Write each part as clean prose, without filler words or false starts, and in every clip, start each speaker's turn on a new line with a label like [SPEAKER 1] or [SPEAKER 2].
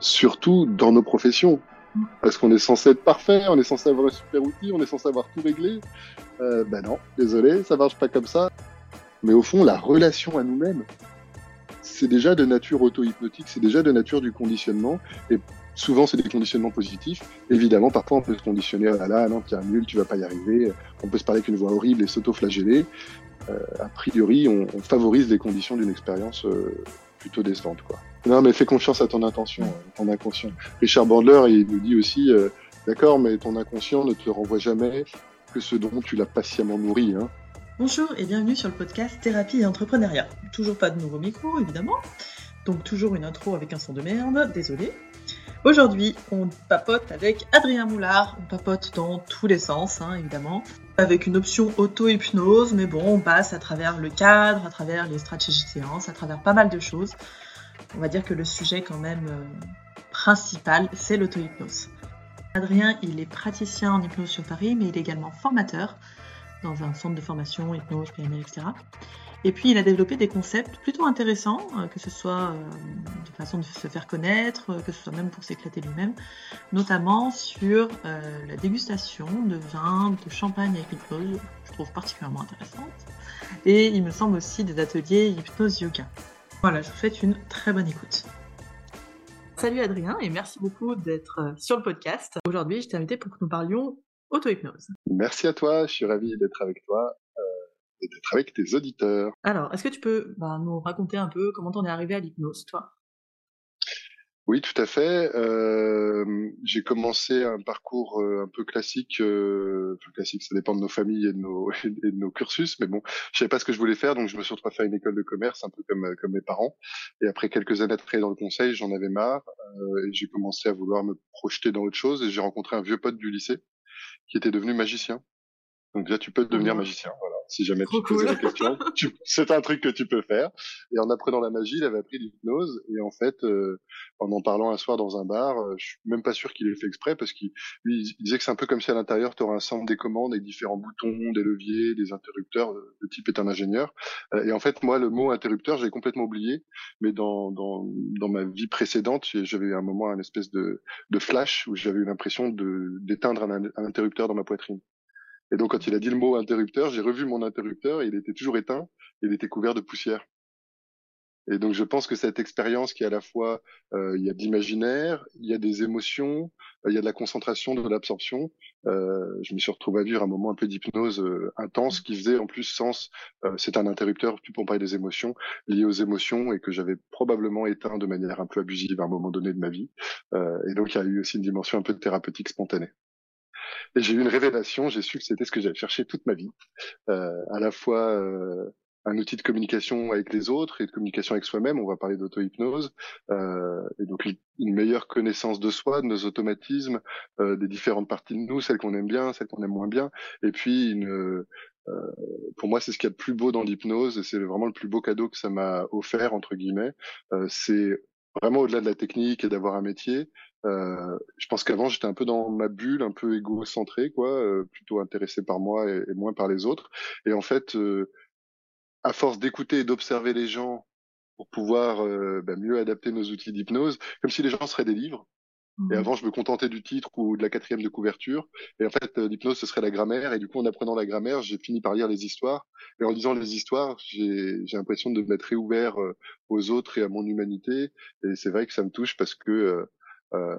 [SPEAKER 1] surtout dans nos professions. Parce qu'on est censé être parfait, on est censé avoir un super outil, on est censé avoir tout réglé. Ben non, désolé, ça marche pas comme ça. Mais au fond, la relation à nous-mêmes, c'est déjà de nature auto-hypnotique, c'est déjà de nature du conditionnement. Et souvent, c'est des conditionnements positifs. Évidemment, parfois, on peut se conditionner à là, non, tu es nul, tu vas pas y arriver. On peut se parler avec une voix horrible et s'auto-flageller. A priori, on favorise les conditions d'une expérience plutôt décevante, quoi. Non, mais fais confiance à ton intention, ton inconscient. Richard Bandler, il nous dit aussi, d'accord, mais ton inconscient ne te renvoie jamais que ce dont tu l'as patiemment nourri, hein.
[SPEAKER 2] Bonjour et bienvenue sur le podcast Thérapie et Entrepreneuriat. Toujours pas de nouveau micro, évidemment. Donc toujours une intro avec un son de merde, désolé. Aujourd'hui, on papote avec Adrien Moulard. On papote dans tous les sens, évidemment. Avec une option auto-hypnose, mais bon, on passe à travers le cadre, à travers les stratégies de séance, à travers pas mal de choses. On va dire que le sujet quand même principal, c'est l'auto-hypnose. Adrien, il est praticien en hypnose sur Paris, mais il est également formateur dans un centre de formation, hypnose, PNL, etc. Et puis, il a développé des concepts plutôt intéressants, que ce soit de façon de se faire connaître, que ce soit même pour s'éclater lui-même, notamment sur la dégustation de vin, de champagne avec hypnose, je trouve particulièrement intéressante. Et il me semble aussi des ateliers hypnose-yoga. Voilà, je vous souhaite une très bonne écoute. Salut Adrien, et merci beaucoup d'être sur le podcast. Aujourd'hui, je t'ai invité pour que nous parlions auto-hypnose.
[SPEAKER 1] Merci à toi, je suis ravi d'être avec toi et d'être avec tes auditeurs.
[SPEAKER 2] Alors, est-ce que tu peux nous raconter un peu comment t'en es arrivé à l'hypnose, toi ?
[SPEAKER 1] Oui, tout à fait. J'ai commencé un parcours un peu classique. Enfin, classique, ça dépend de nos familles et de nos, et de nos cursus, mais bon, je savais pas ce que je voulais faire, donc je me suis retrouvé à faire une école de commerce, un peu comme mes parents. Et après quelques années de travailler dans le conseil, j'en avais marre et j'ai commencé à vouloir me projeter dans autre chose. Et j'ai rencontré un vieux pote du lycée qui était devenu magicien. Donc déjà, tu peux devenir magicien, voilà. Si jamais tu
[SPEAKER 2] Trop
[SPEAKER 1] te posais
[SPEAKER 2] cool.
[SPEAKER 1] la question, c'est un truc que tu peux faire. Et en apprenant la magie, il avait appris l'hypnose. Et en fait, en parlant un soir dans un bar, je suis même pas sûr qu'il ait fait exprès parce qu'il lui, il disait que c'est un peu comme si à l'intérieur, tu aurais un centre des commandes avec différents boutons, des leviers, des interrupteurs. Le type est un ingénieur. Et en fait, moi, le mot interrupteur, j'ai complètement oublié. Mais dans ma vie précédente, j'avais eu un moment, un espèce de flash où j'avais eu l'impression d'éteindre un interrupteur dans ma poitrine. Et donc, quand il a dit le mot interrupteur, j'ai revu mon interrupteur et il était toujours éteint, il était couvert de poussière. Et donc, je pense que cette expérience qui est à la fois, il y a de l'imaginaire, il y a des émotions, il y a de la concentration, de l'absorption. Je me suis retrouvé à vivre un moment un peu d'hypnose intense qui faisait en plus sens. C'est un interrupteur pour parler des émotions, liées aux émotions et que j'avais probablement éteint de manière un peu abusive à un moment donné de ma vie. Et donc, il y a eu aussi une dimension un peu thérapeutique spontanée. Et j'ai eu une révélation, j'ai su que c'était ce que j'avais cherché toute ma vie, à la fois un outil de communication avec les autres et de communication avec soi-même. On va parler d'auto-hypnose, et donc une meilleure connaissance de soi, de nos automatismes, des différentes parties de nous, celles qu'on aime bien, celles qu'on aime moins bien, et puis pour moi, c'est ce qu'il y a de plus beau dans l'hypnose, et c'est vraiment le plus beau cadeau que ça m'a offert entre guillemets. C'est vraiment au-delà de la technique et d'avoir un métier. Je pense qu'avant j'étais un peu dans ma bulle, un peu égocentré, quoi, plutôt intéressé par moi et moins par les autres. Et en fait, à force d'écouter et d'observer les gens pour pouvoir mieux adapter nos outils d'hypnose, comme si les gens seraient des livres. Et avant, je me contentais du titre ou de la quatrième de couverture. Et en fait, l'hypnose, ce serait la grammaire. Et du coup, en apprenant la grammaire, j'ai fini par lire les histoires. Et en lisant les histoires, j'ai l'impression de m'être réouvert aux autres et à mon humanité. Et c'est vrai que ça me touche parce que euh,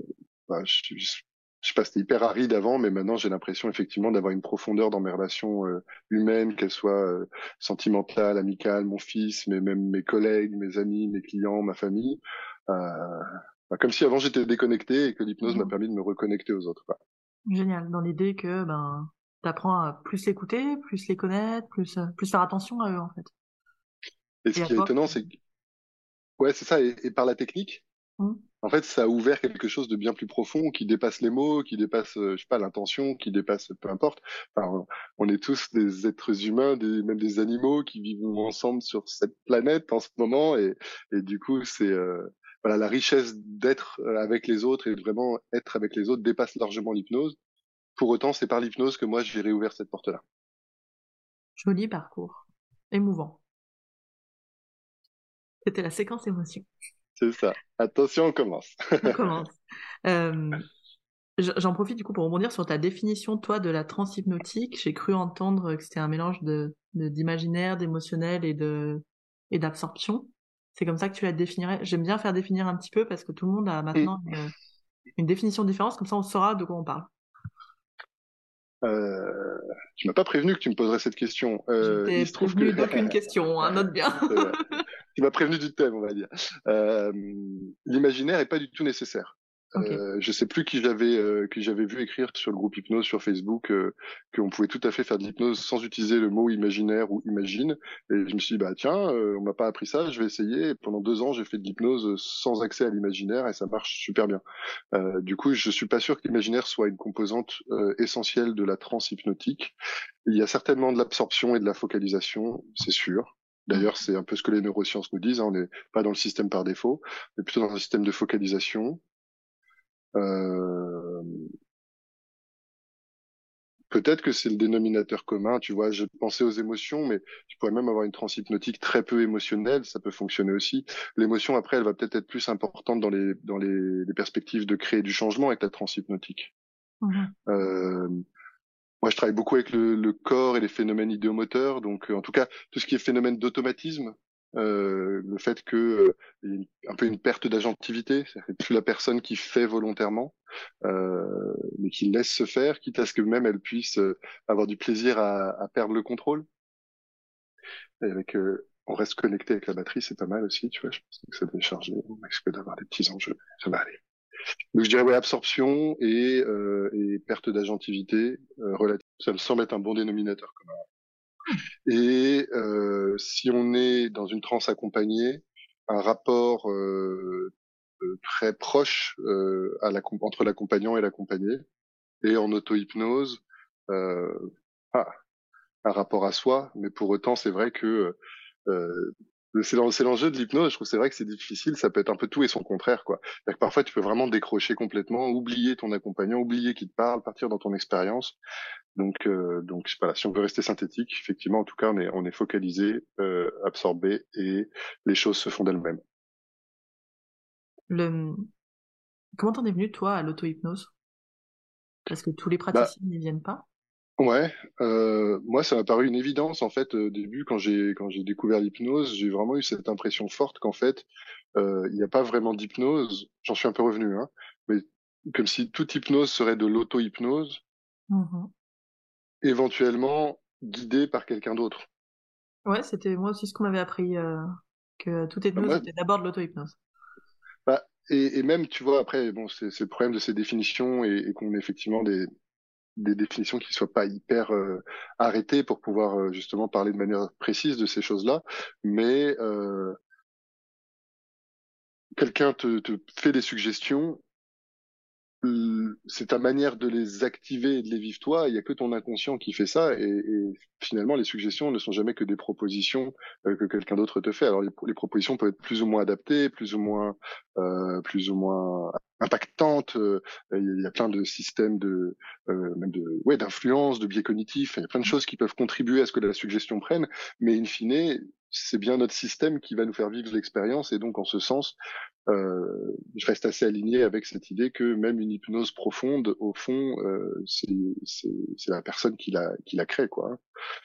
[SPEAKER 1] je sais pas, c'était hyper aride avant, mais maintenant j'ai l'impression effectivement d'avoir une profondeur dans mes relations humaines, qu'elles soient sentimentales, amicales, mon fils, mais même mes collègues, mes amis, mes clients, ma famille. Euh, Comme si avant j'étais déconnecté et que l'hypnose m'a permis de me reconnecter aux autres, quoi.
[SPEAKER 2] Génial, dans l'idée que t'apprends à plus l'écouter, plus les connaître, plus faire attention à eux en fait.
[SPEAKER 1] Et ce
[SPEAKER 2] Et à
[SPEAKER 1] qui est
[SPEAKER 2] toi.
[SPEAKER 1] étonnant, c'est que, ouais, c'est ça, et par la technique,
[SPEAKER 2] Mm.
[SPEAKER 1] en fait, ça a ouvert quelque chose de bien plus profond, qui dépasse les mots, qui dépasse, je sais pas, l'intention, qui dépasse, peu importe. Enfin, on est tous des êtres humains, même des animaux qui vivent ensemble sur cette planète en ce moment, et du coup, c'est voilà, la richesse d'être avec les autres et de vraiment être avec les autres dépasse largement l'hypnose. Pour autant, c'est par l'hypnose que moi j'ai réouvert cette porte-là.
[SPEAKER 2] Joli parcours. Émouvant. C'était la séquence émotion.
[SPEAKER 1] C'est ça. Attention, on commence.
[SPEAKER 2] On commence. Euh, J'en profite du coup pour rebondir sur ta définition, toi, de la transhypnotique. J'ai cru entendre que c'était un mélange d'imaginaire, d'émotionnel et d'absorption. C'est comme ça que tu la définirais. J'aime bien faire définir un petit peu parce que tout le monde a
[SPEAKER 1] Mm.
[SPEAKER 2] maintenant une définition différente, comme ça on saura de quoi on parle.
[SPEAKER 1] Euh, Tu m'as pas prévenu que tu me poserais cette question.
[SPEAKER 2] Je
[SPEAKER 1] Il
[SPEAKER 2] t'ai
[SPEAKER 1] se trouve que
[SPEAKER 2] prévenu d'aucune question, hein, note bien.
[SPEAKER 1] c'est vrai. Tu m'as prévenu du thème, on va dire. Euh, L'imaginaire est pas du tout nécessaire.
[SPEAKER 2] Ok.
[SPEAKER 1] Je sais plus qui j'avais vu écrire sur le groupe hypnose sur Facebook qu'on pouvait tout à fait faire de l'hypnose sans utiliser le mot imaginaire ou imagine. Et je me suis dit bah tiens, on m'a pas appris ça, je vais essayer. Et pendant 2 ans, j'ai fait de l'hypnose sans accès à l'imaginaire et ça marche super bien. Du coup, je suis pas sûr que l'imaginaire soit une composante essentielle de la transe hypnotique. Il y a certainement de l'absorption et de la focalisation, c'est sûr. D'ailleurs, c'est un peu ce que les neurosciences nous disent, hein. On n'est pas dans le système par défaut, mais plutôt dans un système de focalisation. Euh, Peut-être que c'est le dénominateur commun, tu vois. Je pensais aux émotions, mais tu pourrais même avoir une transe hypnotique très peu émotionnelle, ça peut fonctionner aussi. L'émotion, après, elle va peut-être être plus importante les perspectives de créer du changement avec la transe hypnotique.
[SPEAKER 2] Mhm.
[SPEAKER 1] Euh, Moi, je travaille beaucoup avec le corps et les phénomènes idéomoteurs. Donc, en tout cas, tout ce qui est phénomène d'automatisme, le fait que il y ait un peu une perte d'agentivité, c'est plus la personne qui fait volontairement, euh, mais qui laisse se faire, quitte à ce que même elle puisse avoir du plaisir à perdre le contrôle. Et avec, on reste connecté avec la batterie, c'est pas mal aussi, tu vois. Je pense que ça décharger, on risque d'avoir des petits enjeux. Ça va aller. Donc je dirais ouais, absorption et perte d'agentivité relative. Ça me semble être un bon dénominateur commun. Et si on est dans une transe accompagnée, un rapport très proche entre l'accompagnant et l'accompagné, et en auto-hypnose, euh, ah, un rapport à soi. Mais pour autant, c'est vrai que euh, c'est l'enjeu de l'hypnose. Je trouve c'est vrai que c'est difficile. Ça peut être un peu tout et son contraire, quoi. C'est-à-dire que parfois, tu peux vraiment décrocher complètement, oublier ton accompagnant, oublier qui te parle, partir dans ton expérience. Donc voilà. Si on veut rester synthétique, effectivement, en tout cas, on est focalisé, absorbé, et les choses se font d'elles-mêmes.
[SPEAKER 2] Le... Comment t'en es venu, toi, à l'auto-hypnose? Parce que tous les
[SPEAKER 1] Bah
[SPEAKER 2] praticiens n'y viennent pas.
[SPEAKER 1] ouais. Moi, ça m'a paru une évidence en fait. Au début, quand j'ai découvert l'hypnose, j'ai vraiment eu cette impression forte qu'en fait, il n'y a pas vraiment d'hypnose. J'en suis un peu revenu, hein, mais comme si toute hypnose serait de l'auto-hypnose,
[SPEAKER 2] Mhm.
[SPEAKER 1] éventuellement guidée par quelqu'un d'autre.
[SPEAKER 2] Ouais, c'était moi aussi ce qu'on m'avait appris, que toute
[SPEAKER 1] Bah,
[SPEAKER 2] hypnose
[SPEAKER 1] moi,
[SPEAKER 2] était d'abord de l'auto-hypnose.
[SPEAKER 1] bah, et même, tu vois, après, bon, c'est le problème de ces définitions et qu'on ait effectivement des définitions qui soient pas hyper arrêtées pour pouvoir justement parler de manière précise de ces choses-là. Mais quelqu'un te fait des suggestions, c'est ta manière de les activer et de les vivre toi. Il y a que ton inconscient qui fait ça, et finalement, les suggestions ne sont jamais que des propositions que quelqu'un d'autre te fait. Alors, les propositions peuvent être plus ou moins adaptées, plus ou moins impactantes. Il y a plein de systèmes même ouais, d'influence, de biais cognitifs. Il y a plein de choses qui peuvent contribuer à ce que la suggestion prenne, mais in fine, c'est bien notre système qui va nous faire vivre l'expérience, et donc en ce sens je reste assez aligné avec cette idée que même une hypnose profonde, au fond, c'est la personne qui la crée, quoi.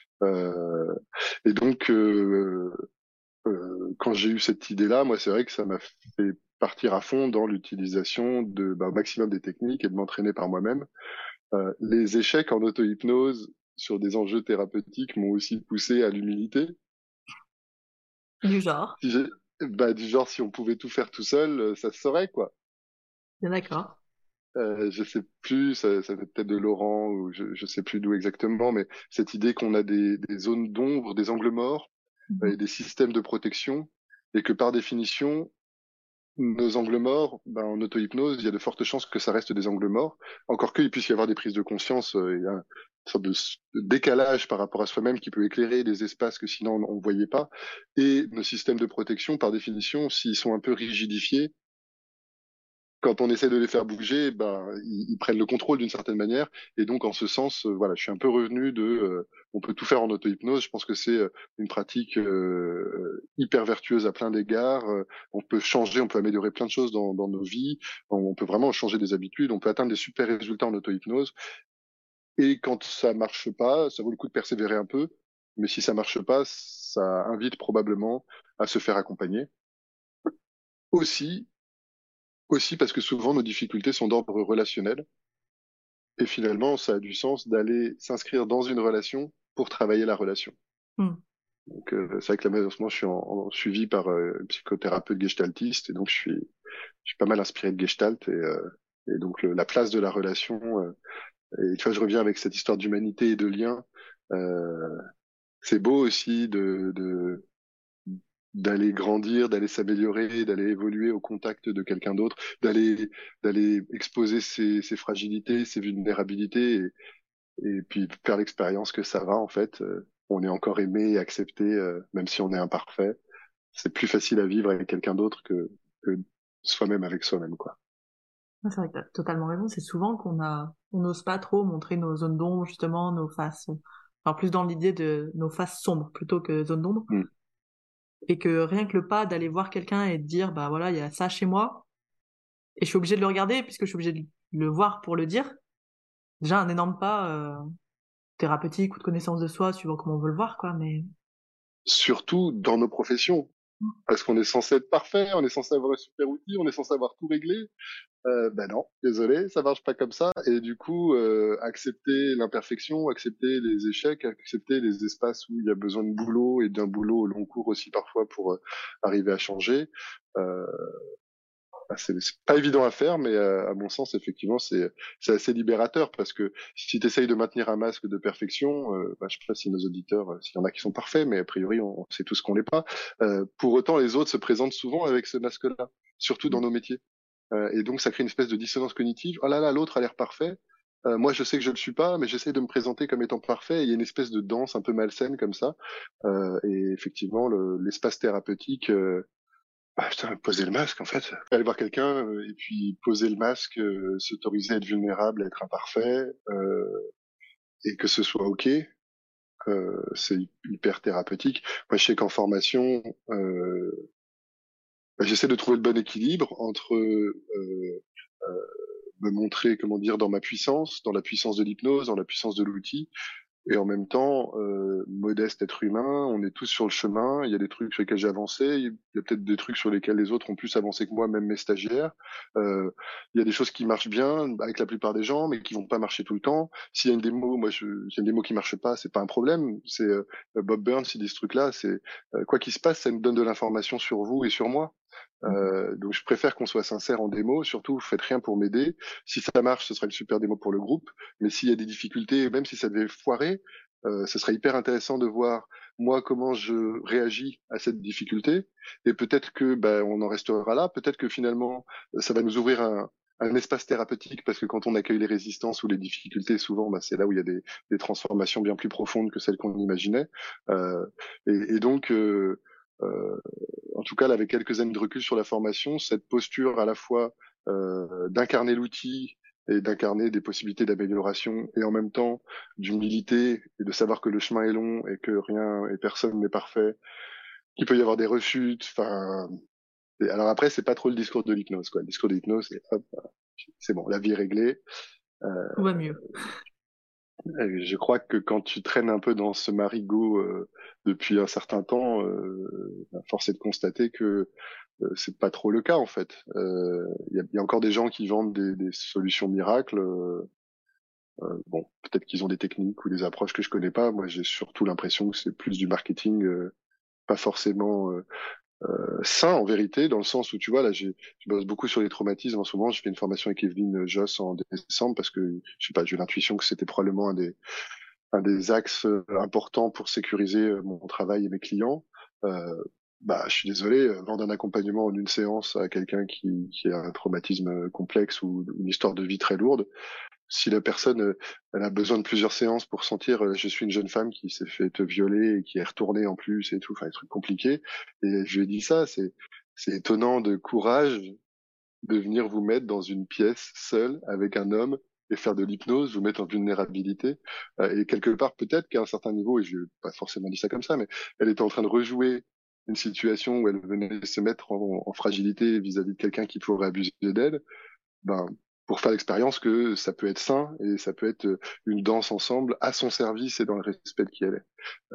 [SPEAKER 1] Et donc, quand j'ai eu cette idée-là, moi, c'est vrai que ça m'a fait partir à fond dans l'utilisation au maximum des techniques et de m'entraîner par moi-même. Les échecs en auto-hypnose sur des enjeux thérapeutiques m'ont aussi poussé à l'humilité.
[SPEAKER 2] Du genre.
[SPEAKER 1] Si j'ai- du genre, si on pouvait tout faire tout seul, ça se saurait, quoi.
[SPEAKER 2] Bien d'accord.
[SPEAKER 1] Je sais plus, ça fait peut-être de Laurent ou je sais plus d'où exactement, mais cette idée qu'on a des zones d'ombre, des angles morts et
[SPEAKER 2] Mhm.
[SPEAKER 1] des systèmes de protection, et que par définition, nos angles morts, en auto-hypnose, il y a de fortes chances que ça reste des angles morts, encore qu'il puisse y avoir des prises de conscience, il y a une sorte de décalage par rapport à soi-même qui peut éclairer des espaces que sinon on ne voyait pas, et nos systèmes de protection, par définition, s'ils sont un peu rigidifiés, quand on essaie de les faire bouger, ils prennent le contrôle d'une certaine manière. Et donc, en ce sens, voilà, je suis un peu revenu on peut tout faire en auto-hypnose. Je pense que c'est une pratique hyper vertueuse à plein d'égards. On peut changer, on peut améliorer plein de choses dans nos vies. On peut vraiment changer des habitudes. On peut atteindre des super résultats en auto-hypnose. Et quand ça marche pas, ça vaut le coup de persévérer un peu. Mais si ça marche pas, ça invite probablement à se faire accompagner. Aussi, aussi parce que souvent nos difficultés sont d'ordre relationnel. Et finalement, ça a du sens d'aller s'inscrire dans une relation pour travailler la relation.
[SPEAKER 2] Hmm.
[SPEAKER 1] Donc, c'est vrai que là, malheureusement, je suis en suivi par un psychothérapeute gestaltiste, et donc je suis pas mal inspiré de Gestalt, et donc la place de la relation. Et tu vois, je reviens avec cette histoire d'humanité et de lien. Euh, c'est beau aussi d'aller grandir, d'aller s'améliorer, d'aller évoluer au contact de quelqu'un d'autre, d'aller exposer ses fragilités, ses vulnérabilités, et puis faire l'expérience que ça va en fait. On est encore aimé et accepté, même si on est imparfait. C'est plus facile à vivre avec quelqu'un d'autre que soi-même avec soi-même, quoi.
[SPEAKER 2] Ouais, c'est vrai que t'as totalement raison. C'est souvent on n'ose pas trop montrer nos zones d'ombre, justement, nos faces, enfin, plus dans l'idée de nos faces sombres plutôt que zones d'ombre.
[SPEAKER 1] Mm.
[SPEAKER 2] Et que rien que le pas d'aller voir quelqu'un et de dire, bah voilà, il y a ça chez moi, et je suis obligé de le regarder puisque je suis obligé de le voir pour le dire. Déjà un énorme pas, thérapeutique ou de connaissance de soi, suivant comment on veut le voir, quoi, mais...
[SPEAKER 1] Surtout dans nos professions. Parce qu'on est censé être parfait, on est censé avoir un super outil, on est censé avoir tout réglé. Ben non, désolé, ça marche pas comme ça. Et du coup, accepter l'imperfection, accepter les échecs, accepter les espaces où il y a besoin de boulot et d'un boulot au long cours aussi parfois pour arriver à changer. Euh, c'est pas évident à faire, mais à mon sens, effectivement, c'est assez libérateur parce que si tu essayes de maintenir un masque de perfection, je sais pas si nos auditeurs, s'il y en a qui sont parfaits, mais a priori, on sait tous qu'on l'est pas. Pour autant, les autres se présentent souvent avec ce masque-là, surtout dans nos métiers. Et donc, ça crée une espèce de dissonance cognitive. Oh là là, l'autre a l'air parfait. Moi, je sais que je le suis pas, mais j'essaie de me présenter comme étant parfait. Et il y a une espèce de danse un peu malsaine comme ça. Et effectivement, l'espace thérapeutique, putain, poser le masque, en fait. Aller voir quelqu'un et puis poser le masque, s'autoriser à être vulnérable, à être imparfait, et que ce soit OK, c'est hyper thérapeutique. Moi, je sais qu'en formation, j'essaie de trouver le bon équilibre entre me montrer, comment dire, dans ma puissance, dans la puissance de l'hypnose, dans la puissance de l'outil, et en même temps, modeste être humain, on est tous sur le chemin, il y a des trucs sur lesquels j'ai avancé, il y a peut-être des trucs sur lesquels les autres ont plus avancé que moi, même mes stagiaires. Il y a des choses qui marchent bien avec la plupart des gens, mais qui vont pas marcher tout le temps. S'il y a une démo, s'il y a une démo qui marche pas, c'est pas un problème. C'est Bob Burns, il dit ce truc-là, c'est quoi qu'il se passe, ça nous donne de l'information sur vous et sur moi. Donc je préfère qu'on soit sincère en démo, surtout faites rien pour m'aider. Si ça marche, ce sera une super démo pour le groupe, mais s'il y a des difficultés, même si ça devait foirer, ce serait hyper intéressant de voir moi comment je réagis à cette difficulté, et peut-être que on en restera là, peut-être que finalement ça va nous ouvrir un espace thérapeutique, parce que quand on accueille les résistances ou les difficultés, souvent c'est là où il y a des transformations bien plus profondes que celles qu'on imaginait. Euh, et donc en tout cas, là, avec quelques années de recul sur la formation, cette posture à la fois d'incarner l'outil et d'incarner des possibilités d'amélioration, et en même temps d'humilité et de savoir que le chemin est long et que rien et personne n'est parfait, qu'il peut y avoir des rechutes. Enfin, alors après, c'est pas trop le discours de l'hypnose, quoi. Le discours de l'hypnose, c'est hop, c'est bon, la vie est réglée.
[SPEAKER 2] Tout va mieux.
[SPEAKER 1] Je crois que quand tu traînes un peu dans ce marigot depuis un certain temps, force est de constater que c'est pas trop le cas en fait. Il y a encore des gens qui vendent des solutions miracles. Bon, peut-être qu'ils ont des techniques ou des approches que je connais pas. Moi, j'ai surtout l'impression que c'est plus du marketing, pas forcément sain en vérité, dans le sens où tu vois là, je bosse beaucoup sur les traumatismes en ce moment. J'ai fait une formation avec Evelyne Joss en décembre parce que je sais pas, j'ai eu l'intuition que c'était probablement un des axes importants pour sécuriser mon travail et mes clients. Euh, je suis désolé, vendre un accompagnement en une séance à quelqu'un qui a un traumatisme complexe ou une histoire de vie très lourde, si la personne elle a besoin de plusieurs séances pour sentir je suis une jeune femme qui s'est fait violer et qui est retournée en plus et tout, enfin des trucs compliqués, et je lui ai dit ça, c'est étonnant de courage de venir vous mettre dans une pièce seule avec un homme et faire de l'hypnose, vous mettre en vulnérabilité. Et quelque part, peut-être qu'à un certain niveau, et je n'ai pas forcément dit ça comme ça, mais elle était en train de rejouer une situation où elle venait se mettre en fragilité vis-à-vis de quelqu'un qui pourrait abuser d'elle, ben, pour faire l'expérience que ça peut être sain et ça peut être une danse ensemble à son service et dans le respect de qui elle est.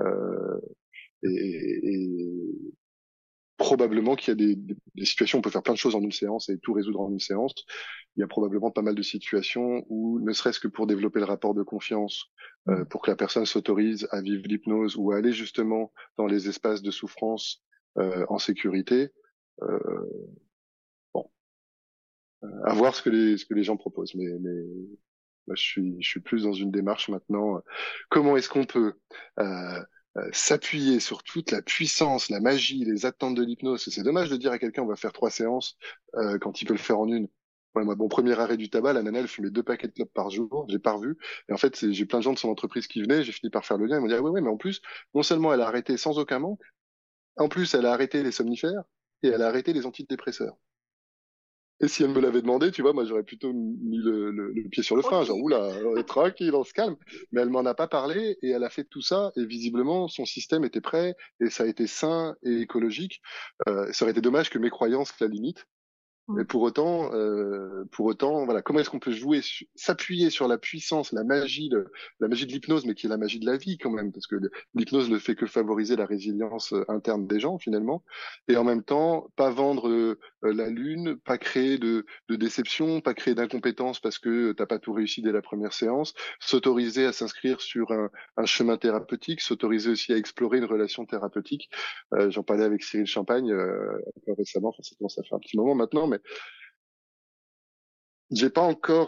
[SPEAKER 1] Et probablement qu'il y a des situations où on peut faire plein de choses en une séance et tout résoudre en une séance. Il y a probablement pas mal de situations où, ne serait-ce que pour développer le rapport de confiance, pour que la personne s'autorise à vivre l'hypnose ou à aller justement dans les espaces de souffrance en sécurité, euh, bon, à voir ce que les gens proposent. Mais moi, je suis plus dans une démarche maintenant. Comment est-ce qu'on peut s'appuyer sur toute la puissance, la magie, les attentes de l'hypnose? C'est dommage de dire à quelqu'un on va faire 3 séances quand il peut le faire en une. Ouais, moi, mon premier arrêt du tabac, la nana, elle fumait 2 paquets de clopes par jour. J'ai pas revu. Et en fait, j'ai plein de gens de son entreprise qui venaient. J'ai fini par faire le lien. Ils m'ont dit ah ouais, mais en plus, non seulement elle a arrêté sans aucun manque, en plus elle a arrêté les somnifères et elle a arrêté les antidépresseurs. Et si elle me l'avait demandé, tu vois, moi j'aurais plutôt mis le pied sur le frein, genre
[SPEAKER 2] Tranquille.
[SPEAKER 1] oula, tranquille, on se calme. Mais elle m'en a pas parlé et elle a fait tout ça et visiblement son système était prêt et ça a été sain et écologique. Ça aurait été dommage que mes croyances la limitent. Et
[SPEAKER 2] Mm.
[SPEAKER 1] pour autant, voilà, comment est-ce qu'on peut s'appuyer sur la puissance, la magie de l'hypnose, mais qui est la magie de la vie quand même, parce que l'hypnose ne fait que favoriser la résilience interne des gens finalement, et en même temps, pas vendre la lune, pas créer de déception, pas créer d'incompétence parce que t'as pas tout réussi dès la première séance, s'autoriser à s'inscrire sur un chemin thérapeutique, s'autoriser aussi à explorer une relation thérapeutique. J'en parlais avec Cyril Champagne un peu récemment, enfin ça commence à faire un petit moment maintenant, mais j'ai pas encore,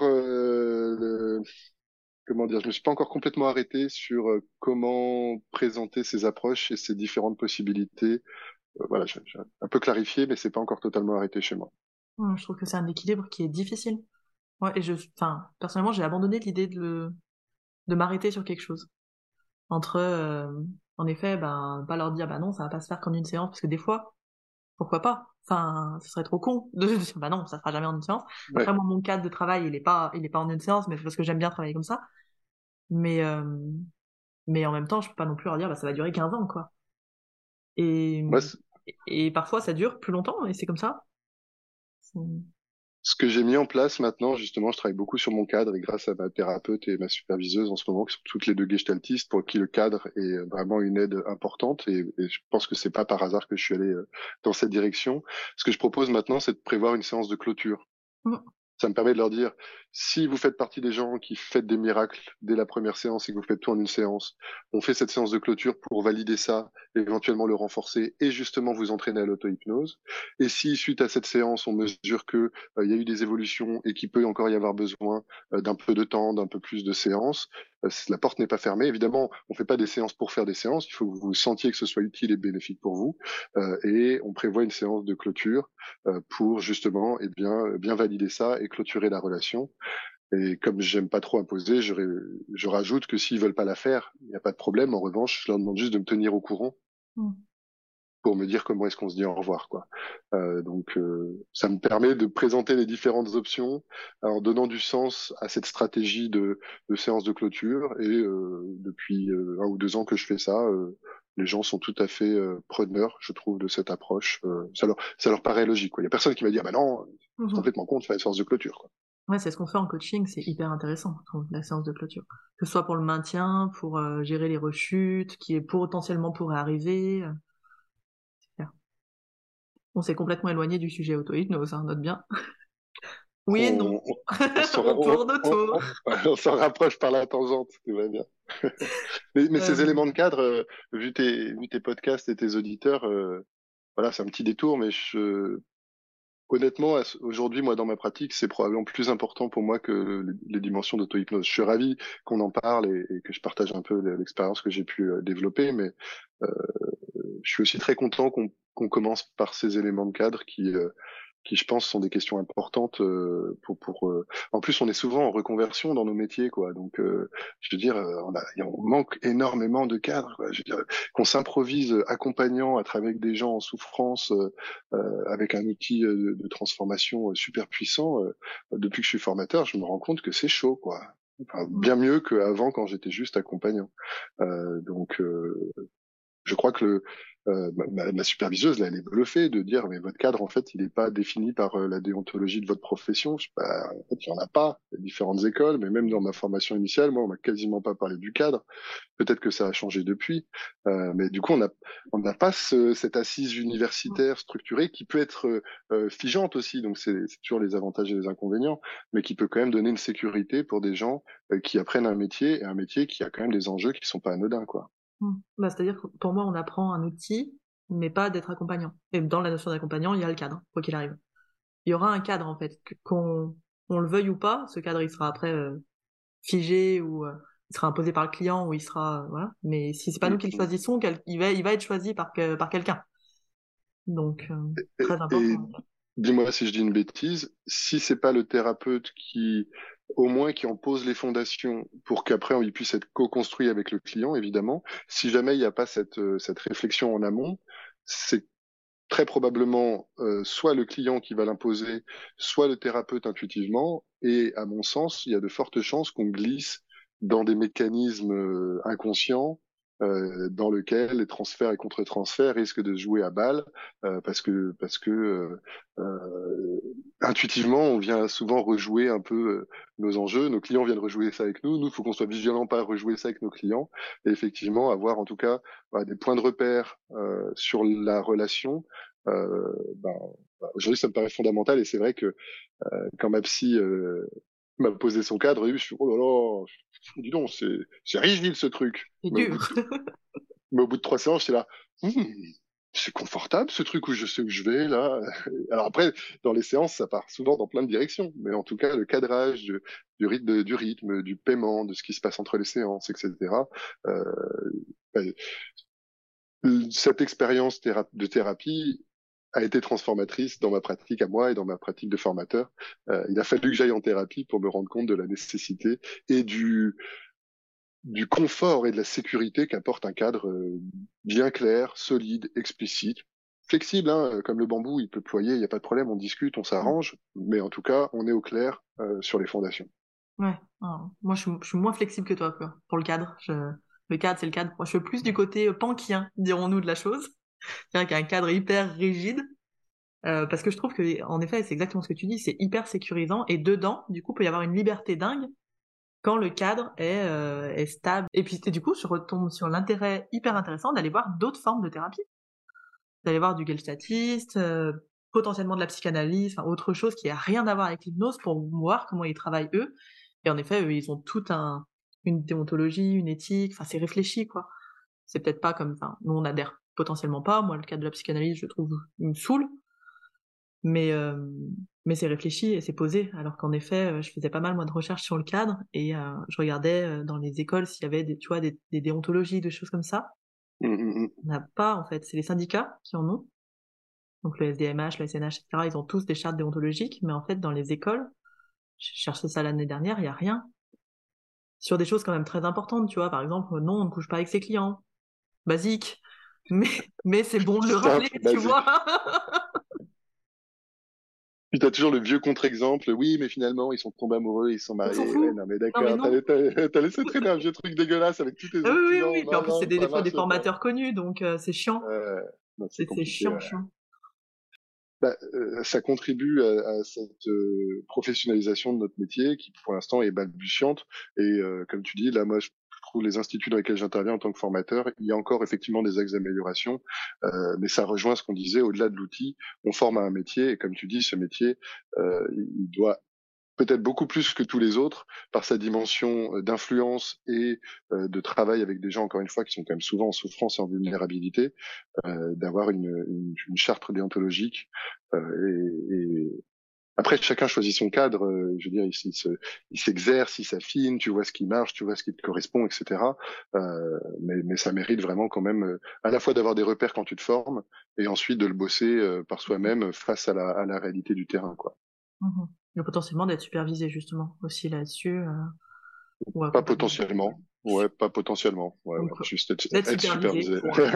[SPEAKER 1] comment dire, je me suis pas encore complètement arrêté sur comment présenter ces approches et ces différentes possibilités. Voilà, j'ai un peu clarifié, mais c'est pas encore totalement arrêté chez moi.
[SPEAKER 2] Je trouve que c'est un équilibre qui est difficile. Ouais, et enfin, personnellement, j'ai abandonné l'idée de m'arrêter sur quelque chose. Entre, en effet, ben, pas leur dire, bah non, ça va pas se faire qu'en une séance, parce que des fois, pourquoi pas? Enfin, ce serait trop con de dire, bah non, ça se fera jamais en une séance.
[SPEAKER 1] Ouais.
[SPEAKER 2] Après, moi, mon cadre de travail, il est pas en une séance, mais c'est parce que j'aime bien travailler comme ça. Mais, mais en même temps, je peux pas non plus leur dire, bah ça va durer 15 ans, quoi. Et,
[SPEAKER 1] Moi,
[SPEAKER 2] et parfois, ça dure plus longtemps, et c'est comme ça. C'est-
[SPEAKER 1] ce que j'ai mis en place maintenant, justement, je travaille beaucoup sur mon cadre et grâce à ma thérapeute et ma superviseuse en ce moment, qui sont toutes les deux gestaltistes, pour qui le cadre est vraiment une aide importante. Et je pense que c'est pas par hasard que je suis allé dans cette direction. Ce que je propose maintenant, c'est de prévoir une séance de clôture.
[SPEAKER 2] Mm.
[SPEAKER 1] Ça me permet de leur dire, si vous faites partie des gens qui faites des miracles dès la première séance et que vous faites tout en une séance, on fait cette séance de clôture pour valider ça, éventuellement le renforcer et justement vous entraîner à l'auto-hypnose. Et si, suite à cette séance, on mesure que il y a eu des évolutions et qu'il peut encore y avoir besoin d'un peu de temps, d'un peu plus de séances, la porte n'est pas fermée. Évidemment, on fait pas des séances pour faire des séances. Il faut que vous sentiez que ce soit utile et bénéfique pour vous. Et on prévoit une séance de clôture pour justement bien valider ça et clôturer la relation. Et comme j'aime pas trop imposer, je rajoute que s'ils veulent pas la faire, il n'y a pas de problème. En revanche, je leur demande juste de me tenir au courant
[SPEAKER 2] Mm.
[SPEAKER 1] pour me dire comment est-ce qu'on se dit au revoir, quoi. Ça me permet de présenter les différentes options en donnant du sens à cette stratégie de séance de clôture. Et depuis 1 ou 2 ans que je fais ça, les gens sont tout à fait preneurs, je trouve, de cette approche. Ça leur paraît logique, quoi. Il y a personne qui va dire, bah non, c'est
[SPEAKER 2] Mhm.
[SPEAKER 1] complètement con de faire une séance de clôture, quoi.
[SPEAKER 2] Ouais, c'est ce qu'on fait en coaching, c'est hyper intéressant, je trouve, la séance de clôture. Que ce soit pour le maintien, pour gérer les rechutes, qui est potentiellement pourrait arriver. C'est clair. On s'est complètement éloigné du sujet auto-hypnose, hein, note bien. Oui et non.
[SPEAKER 1] On, on s'en
[SPEAKER 2] On tourne autour.
[SPEAKER 1] on s'en rapproche par la tangente, tout va bien. Mais ces
[SPEAKER 2] Euh,
[SPEAKER 1] éléments de cadre, vu tes podcasts et tes auditeurs, voilà, c'est un petit détour, mais honnêtement, aujourd'hui, moi, dans ma pratique, c'est probablement plus important pour moi que les dimensions d'auto-hypnose. Je suis ravi qu'on en parle et que je partage un peu l'expérience que j'ai pu développer, mais je suis aussi très content qu'on commence par ces éléments de cadre qui, je pense, sont des questions importantes En plus, on est souvent en reconversion dans nos métiers, quoi. Donc, je veux dire, on manque énormément de cadres, quoi. Je veux dire, qu'on s'improvise accompagnant à travers des gens en souffrance, avec un outil de transformation super puissant. Depuis que je suis formateur, je me rends compte que c'est chaud, quoi. Enfin,
[SPEAKER 2] Mm.
[SPEAKER 1] bien mieux qu'avant quand j'étais juste accompagnant. Donc, je crois que ma superviseuse, là, elle est bluffée de dire, mais votre cadre, en fait, il n'est pas défini par la déontologie de votre profession. En fait, il n'y en a pas. Il y a différentes écoles, mais même dans ma formation initiale, moi, on m'a quasiment pas parlé du cadre. Peut-être que ça a changé depuis. Mais du coup, on n'a pas cette assise universitaire structurée qui peut être figeante aussi. Donc, c'est toujours les avantages et les inconvénients, mais qui peut quand même donner une sécurité pour des gens qui apprennent un métier, et un métier qui a quand même des enjeux qui sont pas anodins, quoi.
[SPEAKER 2] Bah, c'est-à-dire que pour moi, on apprend un outil, mais pas d'être accompagnant. Et dans la notion d'accompagnant, il y a le cadre, quoi qu'il arrive. Il y aura un cadre, en fait, qu'on on le veuille ou pas. Ce cadre, il sera après figé ou il sera imposé par le client ou il sera voilà. Mais si c'est pas nous qui le
[SPEAKER 1] Mm.
[SPEAKER 2] choisissons, il va être choisi par quelqu'un. Donc très
[SPEAKER 1] Et
[SPEAKER 2] important.
[SPEAKER 1] dis-moi si je dis une bêtise, si c'est pas le thérapeute qui, au moins, qui en pose les fondations pour qu'après il puisse être co-construit avec le client, évidemment, si jamais il n'y a pas cette réflexion en amont, c'est très probablement soit le client qui va l'imposer, soit le thérapeute intuitivement, et à mon sens, il y a de fortes chances qu'on glisse dans des mécanismes inconscients dans lesquels les transferts et contre-transferts risquent de se jouer à balle parce que intuitivement, on vient souvent rejouer un peu nos enjeux. Nos clients viennent rejouer ça avec nous. Nous, il faut qu'on soit vigilant, pas rejouer ça avec nos clients. Et effectivement, avoir en tout cas des points de repère sur la relation. Euh, ben, Aujourd'hui, ça me paraît fondamental. Et c'est vrai que quand ma psy m'a posé son cadre, je suis oh là là, dis donc, c'est rigide ce truc.
[SPEAKER 2] C'est dur.
[SPEAKER 1] Mais au bout de 3 séances, j'étais là. Hmm, c'est confortable ce truc où je sais où je vais là. Alors après, dans les séances, ça part souvent dans plein de directions, mais en tout cas, le cadrage du rythme, du paiement, de ce qui se passe entre les séances, etc. Euh, ben, cette expérience de thérapie a été transformatrice dans ma pratique à moi et dans ma pratique de formateur. Il a fallu que j'aille en thérapie pour me rendre compte de la nécessité et du confort et de la sécurité qu'apporte un cadre bien clair, solide, explicite, flexible, hein, comme le bambou, il peut ployer, il n'y a pas de problème, on discute, on s'arrange, mais en tout cas, on est au clair sur les fondations.
[SPEAKER 2] Ouais. Moi, je suis moins flexible que toi, quoi, pour le cadre. Le cadre, c'est le cadre. Moi, je suis plus du côté pankien, dirons-nous, de la chose. C'est-à-dire qu'il y a un cadre hyper rigide. Parce que je trouve que, en effet, c'est exactement ce que tu dis, c'est hyper sécurisant. Et dedans, du coup, peut y avoir une liberté dingue quand le cadre est stable. Et puis, du coup, je retombe sur l'intérêt hyper intéressant d'aller voir d'autres formes de thérapie. D'aller voir du gestaltiste, potentiellement de la psychanalyse, enfin, autre chose qui a rien à voir avec l'hypnose pour voir comment ils travaillent eux. Et en effet, eux, ils ont une déontologie, une éthique, enfin, c'est réfléchi, quoi. C'est peut-être pas comme, enfin, nous, on adhère potentiellement pas. Moi, le cas de la psychanalyse, je trouve, il me saoule. Mais, euh, mais c'est réfléchi et c'est posé. Alors qu'en effet, je faisais pas mal, moi, de recherches sur le cadre et je regardais dans les écoles s'il y avait tu vois, des déontologies, des choses comme ça.
[SPEAKER 1] Mm.
[SPEAKER 2] On n'a pas, en fait. C'est les syndicats qui en ont. Donc le SDMH, le SNH, etc., ils ont tous des chartes déontologiques, mais en fait, dans les écoles, j'ai cherché ça l'année dernière, il y a rien. Sur des choses quand même très importantes, tu vois, par exemple, non, on ne couche pas avec ses clients. Basique. Mais, mais c'est bon de le rappeler,
[SPEAKER 1] Simple,
[SPEAKER 2] tu
[SPEAKER 1] basique.
[SPEAKER 2] vois.
[SPEAKER 1] Puis t'as toujours le vieux contre-exemple, oui, mais finalement, ils sont tombés amoureux, ils sont
[SPEAKER 2] On s'en
[SPEAKER 1] mariés. Ouais,
[SPEAKER 2] fout.
[SPEAKER 1] non, mais
[SPEAKER 2] Non, mais
[SPEAKER 1] d'accord,
[SPEAKER 2] non.
[SPEAKER 1] t'as laissé traîner un vieux truc dégueulasse avec tous tes
[SPEAKER 2] Ah oui,
[SPEAKER 1] autres
[SPEAKER 2] oui,
[SPEAKER 1] clients.
[SPEAKER 2] oui. Puis en
[SPEAKER 1] Non,
[SPEAKER 2] plus, c'est
[SPEAKER 1] non,
[SPEAKER 2] des
[SPEAKER 1] ça
[SPEAKER 2] fois des
[SPEAKER 1] marche pas.
[SPEAKER 2] formateurs connus, donc c'est chiant.
[SPEAKER 1] Non, c'est
[SPEAKER 2] C'est
[SPEAKER 1] compliqué.
[SPEAKER 2] chiant,
[SPEAKER 1] Ouais.
[SPEAKER 2] chiant.
[SPEAKER 1] Ça contribue à cette professionnalisation de notre métier qui, pour l'instant, est balbutiante. Et comme tu dis, là, moi, je trouve les instituts dans lesquels j'interviens en tant que formateur, il y a encore effectivement des axes d'amélioration, mais ça rejoint ce qu'on disait, au-delà de l'outil, on forme à un métier, et comme tu dis, ce métier, il doit peut-être beaucoup plus que tous les autres par sa dimension d'influence et de travail avec des gens, encore une fois, qui sont quand même souvent en souffrance et en vulnérabilité, d'avoir une charte déontologique Après, chacun choisit son cadre. Je veux dire, il s'exerce, il s'affine. Tu vois ce qui marche, tu vois ce qui te correspond, etc. Mais ça mérite vraiment quand même à la fois d'avoir des repères quand tu te formes et ensuite de le bosser par soi-même face à la réalité du terrain, quoi.
[SPEAKER 2] Mhm. Et potentiellement d'être supervisé justement aussi là-dessus, ou
[SPEAKER 1] Pas
[SPEAKER 2] accompagné.
[SPEAKER 1] potentiellement. Ouais, pas potentiellement. Ouais,
[SPEAKER 2] Donc,
[SPEAKER 1] ouais. Juste
[SPEAKER 2] d'être
[SPEAKER 1] être
[SPEAKER 2] supervisé,
[SPEAKER 1] supervisé.
[SPEAKER 2] point.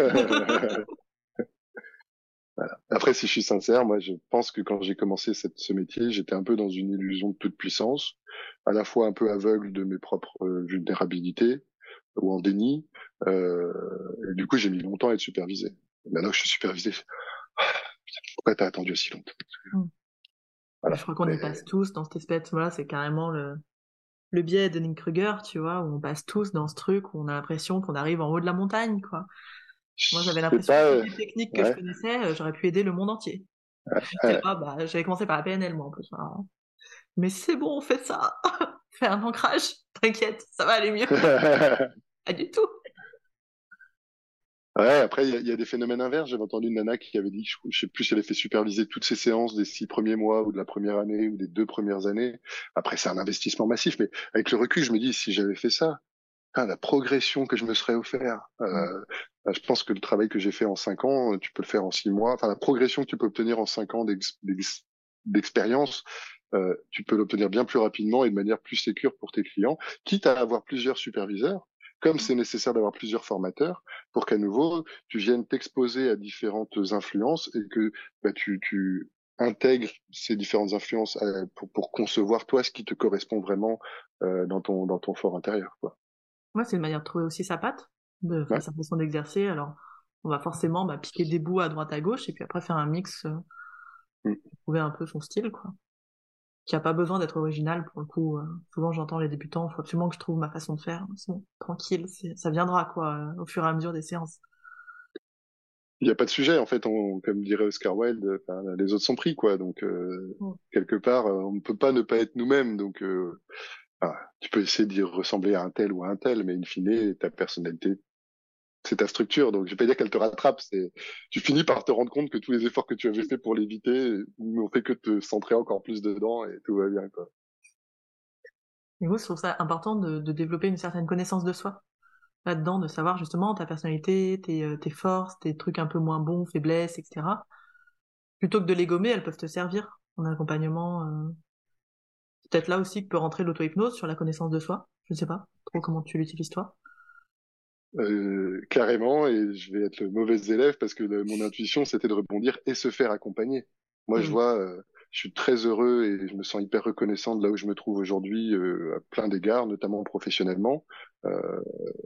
[SPEAKER 1] Après, si je suis sincère, moi, je pense que quand j'ai commencé ce métier, j'étais un peu dans une illusion de toute puissance, à la fois un peu aveugle de mes propres vulnérabilités ou en déni. Euh, et du coup, j'ai mis longtemps à être supervisé. Maintenant que je suis supervisé, pourquoi t'as attendu aussi longtemps?
[SPEAKER 2] Mm. Mais je
[SPEAKER 1] Voilà.
[SPEAKER 2] crois qu'on y passe tous dans cette espèce-là, c'est carrément le biais de Nick Kruger, tu vois, où on passe tous dans ce truc où on a l'impression qu'on arrive en haut de la montagne, quoi. Moi, j'avais
[SPEAKER 1] C'est
[SPEAKER 2] l'impression que
[SPEAKER 1] pas,
[SPEAKER 2] toutes les techniques que je
[SPEAKER 1] ouais,
[SPEAKER 2] connaissais, j'aurais pu aider le monde entier. J'étais
[SPEAKER 1] ouais.
[SPEAKER 2] là, bah, j'avais commencé par la PNL, moi, en plus. Hein. Mais c'est bon, on fait ça. Fais un ancrage. T'inquiète, ça va aller mieux. Pas du tout.
[SPEAKER 1] Ouais, après, il y a des phénomènes inverses. J'avais entendu une nana qui avait dit, je sais plus si elle avait fait superviser toutes ses séances des 6 premiers mois ou de la première année ou des 2 premières années. Après, c'est un investissement massif, mais avec le recul, je me dis, si j'avais fait ça, la progression que je me serais offert.
[SPEAKER 2] Mm.
[SPEAKER 1] Je pense que le travail que j'ai fait en 5 ans, tu peux le faire en 6 mois. Enfin, la progression que tu peux obtenir en 5 ans d'expérience, tu peux l'obtenir bien plus rapidement et de manière plus sécure pour tes clients, quitte à avoir plusieurs superviseurs, comme c'est nécessaire d'avoir plusieurs formateurs, pour qu'à nouveau, tu viennes t'exposer à différentes influences et que bah, tu intègres ces différentes influences pour concevoir toi ce qui te correspond vraiment dans ton fort intérieur, quoi.
[SPEAKER 2] Moi, c'est une manière de trouver aussi sa patte, enfin,
[SPEAKER 1] Ouais.
[SPEAKER 2] sa façon d'exercer. Alors, on va forcément bah, piquer des bouts à droite à gauche et puis après faire un mix,
[SPEAKER 1] Mm.
[SPEAKER 2] trouver un peu son style, quoi. Qui a pas besoin d'être original pour le coup. Souvent, j'entends les débutants, il faut absolument que je trouve ma façon de faire. C'est bon, tranquille, ça viendra, quoi, au fur et à mesure des séances.
[SPEAKER 1] Il n'y a pas de sujet, en fait, comme dirait Oscar Wilde, enfin, les autres sont pris, quoi. Donc,
[SPEAKER 2] Mm.
[SPEAKER 1] quelque part, on ne peut pas ne pas être nous-mêmes. Donc, tu peux essayer d'y ressembler à un tel ou à un tel, mais in fine, ta personnalité, c'est ta structure. Donc, je vais pas dire qu'elle te rattrape. Tu finis par te rendre compte que tous les efforts que tu avais fait pour l'éviter n'ont fait que te centrer encore plus dedans et tout va bien, quoi.
[SPEAKER 2] Et moi, je trouve ça important de développer une certaine connaissance de soi là-dedans, de savoir justement ta personnalité, tes forces, tes trucs un peu moins bons, faiblesses, etc. Plutôt que de les gommer, elles peuvent te servir en accompagnement. C'est peut-être là aussi que peut rentrer l'auto-hypnose sur la connaissance de soi. Je ne sais pas trop comment tu l'utilises toi.
[SPEAKER 1] Carrément, et je vais être le mauvais élève parce que mon intuition, c'était de rebondir et se faire accompagner. Moi,
[SPEAKER 2] Et
[SPEAKER 1] je
[SPEAKER 2] oui.
[SPEAKER 1] vois, je suis très heureux et je me sens hyper reconnaissant de là où je me trouve aujourd'hui, à plein d'égards, notamment professionnellement. Euh,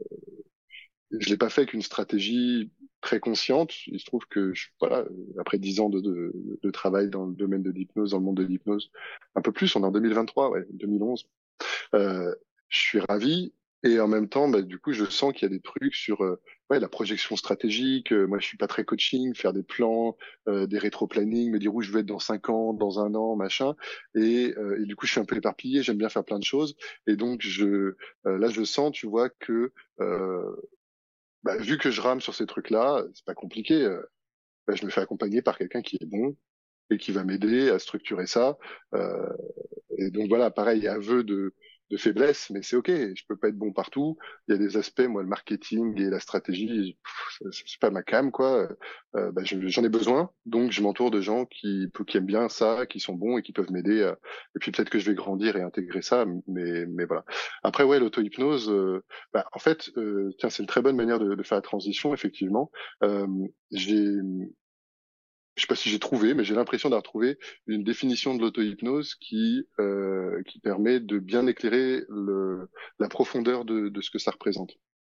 [SPEAKER 1] je l'ai pas fait avec une stratégie très consciente. Il se trouve que, voilà, après 10 ans de travail dans le domaine de l'hypnose, dans le monde de l'hypnose, un peu plus, on est en 2023, ouais, 2011. Euh, je suis ravi et en même temps, bah, du coup, je sens qu'il y a des trucs sur ouais, la projection stratégique. Moi, je suis pas très coaching, faire des plans, des rétro-planning, me dire où je veux être dans 5 ans, dans un an, machin. Et du coup, je suis un peu éparpillé. J'aime bien faire plein de choses. Et donc, là, je sens, tu vois, que bah, vu que je rame sur ces trucs-là, c'est pas compliqué. Bah, je me fais accompagner par quelqu'un qui est bon et qui va m'aider à structurer ça. Euh, et donc voilà, pareil, aveu de faiblesse, mais c'est ok. Je peux pas être bon partout. Il y a des aspects, moi, le marketing et la stratégie, c'est pas ma cam, quoi. Bah, j'en ai besoin, donc je m'entoure de gens qui aiment bien ça, qui sont bons et qui peuvent m'aider. Et puis peut-être que je vais grandir et intégrer ça, mais voilà. Après, ouais, l'auto-hypnose, bah, en fait, tiens, c'est une très bonne manière de faire la transition, effectivement. Euh, j'ai je sais pas si j'ai trouvé, mais j'ai l'impression d'avoir trouvé une définition de l'auto-hypnose qui permet de bien éclairer la profondeur de ce que ça représente.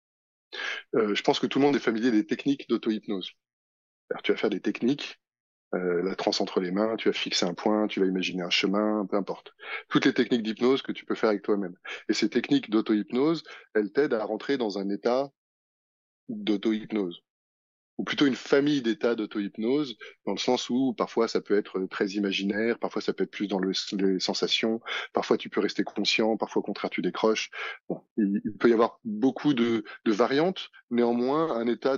[SPEAKER 1] Je pense que tout le monde est familier des techniques d'auto-hypnose. Alors, tu vas faire des techniques, la transe entre les mains, tu vas fixer un point, tu vas imaginer un chemin, peu importe. Toutes les techniques d'hypnose que tu peux faire avec toi-même. Et ces techniques d'auto-hypnose, elles t'aident à rentrer dans un état d'auto-hypnose. ou plutôt une famille d'états d'auto-hypnose, dans le sens où parfois ça peut être très imaginaire, parfois ça peut être plus dans les sensations, parfois tu peux rester conscient, parfois au contraire tu décroches. Bon, il peut y avoir beaucoup de variantes, néanmoins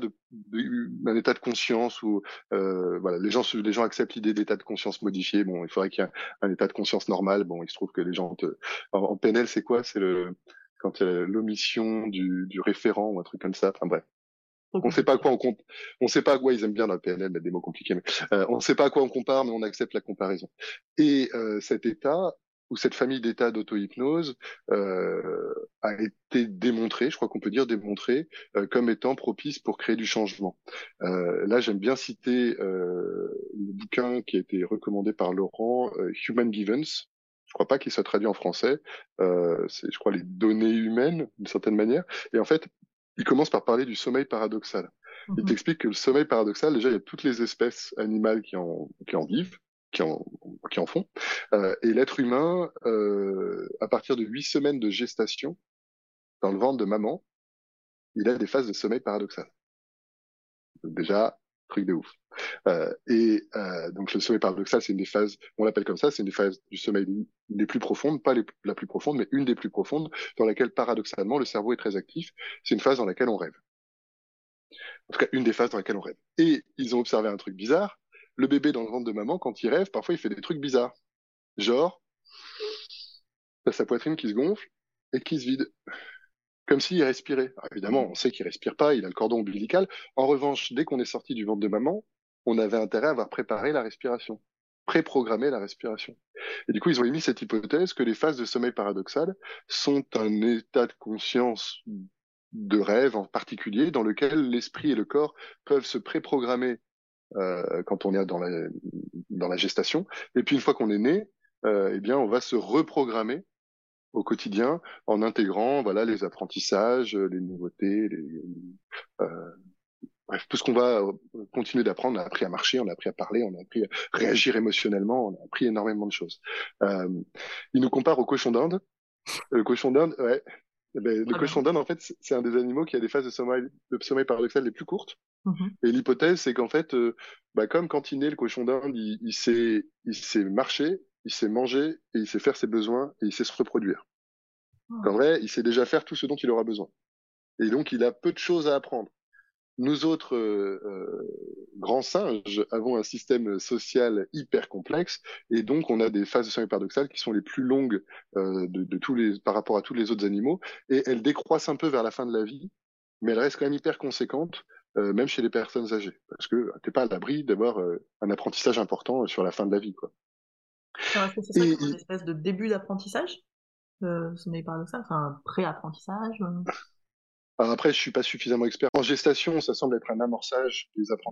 [SPEAKER 1] un état de conscience où voilà, les gens acceptent l'idée d'état de conscience modifié. Bon, il faudrait qu'il y ait un état de conscience normal. Bon, il se trouve que les gens en PNL, c'est quoi? C'est quand il y a l'omission du référent ou un truc comme ça. Enfin bref.
[SPEAKER 2] Trop
[SPEAKER 1] On sait pas à
[SPEAKER 2] compliqué.
[SPEAKER 1] quoi on compte. On sait pas à quoi ils aiment bien dans le PNL mettre des mots compliqués, mais on sait pas à quoi on compare, mais on accepte la comparaison. Et cet état ou cette famille d'états d'auto-hypnose a été démontré, je crois qu'on peut dire démontré, comme étant propice pour créer du changement. Là, j'aime bien citer le bouquin qui a été recommandé par Laurent, Human Givens. Je crois pas qu'il soit traduit en français. C'est, je crois, les données humaines, d'une certaine manière. Et en fait, il commence par parler du sommeil paradoxal. Il
[SPEAKER 2] Mhm.
[SPEAKER 1] t'explique que le sommeil paradoxal, déjà, il y a toutes les espèces animales qui en vivent, qui en, qui en font. Et l'être humain, à partir de 8 semaines de gestation, dans le ventre de maman, il a des phases de sommeil paradoxal. Donc déjà, truc de ouf. Donc le sommeil paradoxal, c'est une des phases, on l'appelle comme ça, c'est une des phases du sommeil les plus profondes, pas la plus profonde, mais une des plus profondes, dans laquelle paradoxalement le cerveau est très actif. C'est une phase dans laquelle on rêve. En tout cas, une des phases dans laquelle on rêve. Et ils ont observé un truc bizarre. Le bébé dans le ventre de maman, quand il rêve, parfois il fait des trucs bizarres. Genre, t'as sa poitrine qui se gonfle et qui se vide. Comme s'il respirait. Alors, évidemment, on sait qu'il respire pas, il a le cordon ombilical. En revanche, dès qu'on est sorti du ventre de maman, on avait intérêt à avoir préparé la respiration, préprogrammé la respiration. Et du coup, ils ont émis cette hypothèse que les phases de sommeil paradoxal sont un état de conscience de rêve en particulier, dans lequel l'esprit et le corps peuvent se préprogrammer quand on est dans la gestation. Et puis une fois qu'on est né, eh bien, on va se reprogrammer au quotidien en intégrant voilà les apprentissages, les nouveautés, euh, bref tout ce qu'on va continuer d'apprendre. On a appris à marcher, on a appris à parler, on a appris à réagir émotionnellement, on a appris énormément de choses. Euh, il nous compare au cochon d'Inde. Le cochon d'Inde, ouais. Eh ben, le
[SPEAKER 2] Très
[SPEAKER 1] cochon
[SPEAKER 2] bien.
[SPEAKER 1] d'Inde, en fait, c'est un des animaux qui a des phases de sommeil paradoxal les plus courtes.
[SPEAKER 2] Mhm.
[SPEAKER 1] Et l'hypothèse, c'est qu'en fait, comme quand il naît, le cochon d'Inde, il sait marcher, il sait manger, et il sait faire ses besoins, et il sait se reproduire. Qu'en
[SPEAKER 2] Ah.
[SPEAKER 1] vrai, il sait déjà faire tout ce dont il aura besoin. Et donc, il a peu de choses à apprendre. Nous autres grands singes avons un système social hyper complexe, et donc on a des phases de sommeil paradoxal qui sont les plus longues par rapport à tous les autres animaux, et elles décroissent un peu vers la fin de la vie, mais elles restent quand même hyper conséquentes, même chez les personnes âgées, parce que t'es pas à l'abri d'avoir un apprentissage important sur la fin de la vie, quoi.
[SPEAKER 2] Alors, est-ce que ce serait
[SPEAKER 1] Et
[SPEAKER 2] comme une espèce de début d'apprentissage, sommeil paradoxal, enfin un pré-apprentissage?
[SPEAKER 1] alors après, je suis pas suffisamment expert. En gestation, ça semble être un amorçage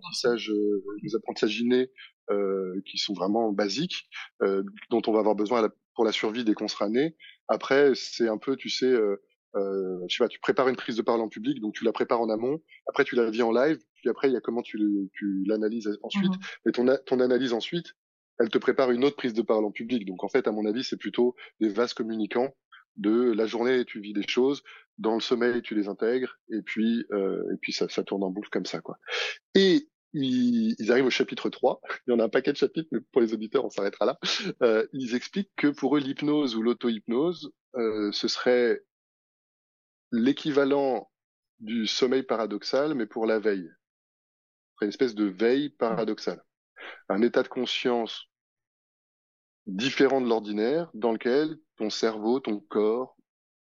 [SPEAKER 1] des apprentissages innés qui sont vraiment basiques, dont on va avoir besoin pour la survie dès qu'on sera né. Après, c'est un peu, tu sais, je sais pas, tu prépares une prise de parole en public, donc tu la prépares en amont. Après, tu la vis en live. Puis après, il y a comment tu l'analyses ensuite.
[SPEAKER 2] Mhm.
[SPEAKER 1] Mais ton analyse ensuite, elle te prépare une autre prise de parole en public. Donc en fait, à mon avis, c'est plutôt des vases communicants de la journée, tu vis des choses dans le sommeil, tu les intègres, et puis ça tourne en boucle comme ça, quoi. Et ils arrivent au chapitre 3. Il y en a un paquet de chapitres, mais pour les auditeurs, on s'arrêtera là. Ils expliquent que pour eux, l'hypnose ou l'auto-hypnose, ce serait l'équivalent du sommeil paradoxal, mais pour la veille. Ce serait une espèce de veille paradoxale. Un état de conscience différent de l'ordinaire, dans lequel ton cerveau, ton corps,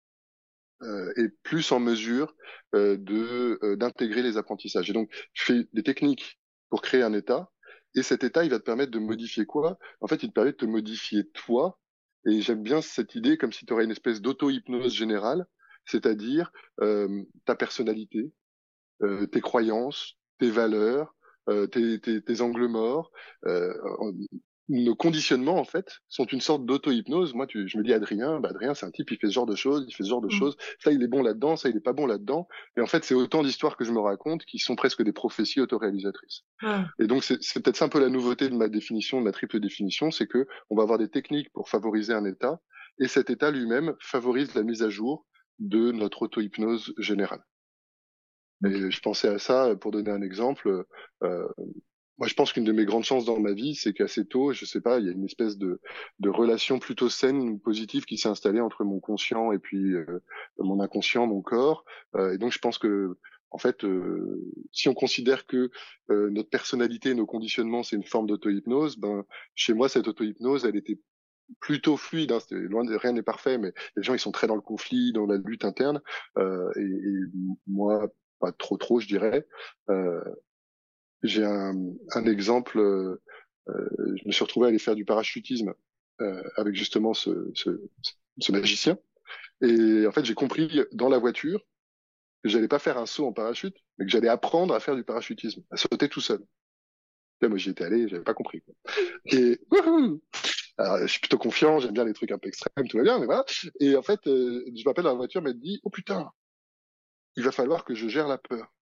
[SPEAKER 1] est plus en mesure d'intégrer les apprentissages. Et donc, tu fais des techniques pour créer un état, et cet état, il va te permettre de modifier quoi? En fait, il te permet de te modifier toi. Et j'aime bien cette idée comme si tu aurais une espèce d'auto-hypnose générale, c'est-à-dire ta personnalité, tes croyances, tes valeurs, tes angles morts. Euh, nos conditionnements, en fait, sont une sorte d'auto-hypnose. Moi, je me dis Adrien, bah Adrien, c'est un type, il fait ce genre de choses, il fait ce genre de
[SPEAKER 2] Mhm.
[SPEAKER 1] choses. Ça, il est bon là-dedans, ça, il est pas bon là-dedans. Et en fait, c'est autant d'histoires que je me raconte qui sont presque des prophéties autoréalisatrices.
[SPEAKER 2] Ouais.
[SPEAKER 1] Et donc, c'est peut-être ça un peu la nouveauté de ma définition, de ma triple définition, c'est que on va avoir des techniques pour favoriser un état, et cet état lui-même favorise la mise à jour de notre auto-hypnose générale.
[SPEAKER 2] Ok.
[SPEAKER 1] Et je pensais à ça pour donner un exemple. Euh, Moi, je pense qu'une de mes grandes chances dans ma vie, c'est qu'assez tôt, je sais pas, il y a une espèce de relation plutôt saine ou positive qui s'est installée entre mon conscient et puis mon inconscient, mon corps. Et donc, je pense que, en fait, si on considère que notre personnalité, nos conditionnements, c'est une forme d'auto-hypnose, ben, chez moi, cette auto-hypnose, elle était plutôt fluide. Hein, c'était loin de rien n'est parfait, mais les gens, ils sont très dans le conflit, dans la lutte interne. Et moi, pas trop, je dirais. Euh, j'ai un exemple. Je me suis retrouvé à aller faire du parachutisme avec justement ce magicien. Et en fait, j'ai compris dans la voiture que j'allais pas faire un saut en parachute, mais que j'allais apprendre à faire du parachutisme, à sauter tout seul. Là, moi, j'y étais allé, j'avais pas compris. Quoi. Et wouhou. Alors, je suis plutôt confiant, j'aime bien les trucs un peu extrêmes, tout va bien, mais voilà. Et en fait, je m'appelle dans la voiture, m'a dit, oh putain, il va falloir que je gère la peur.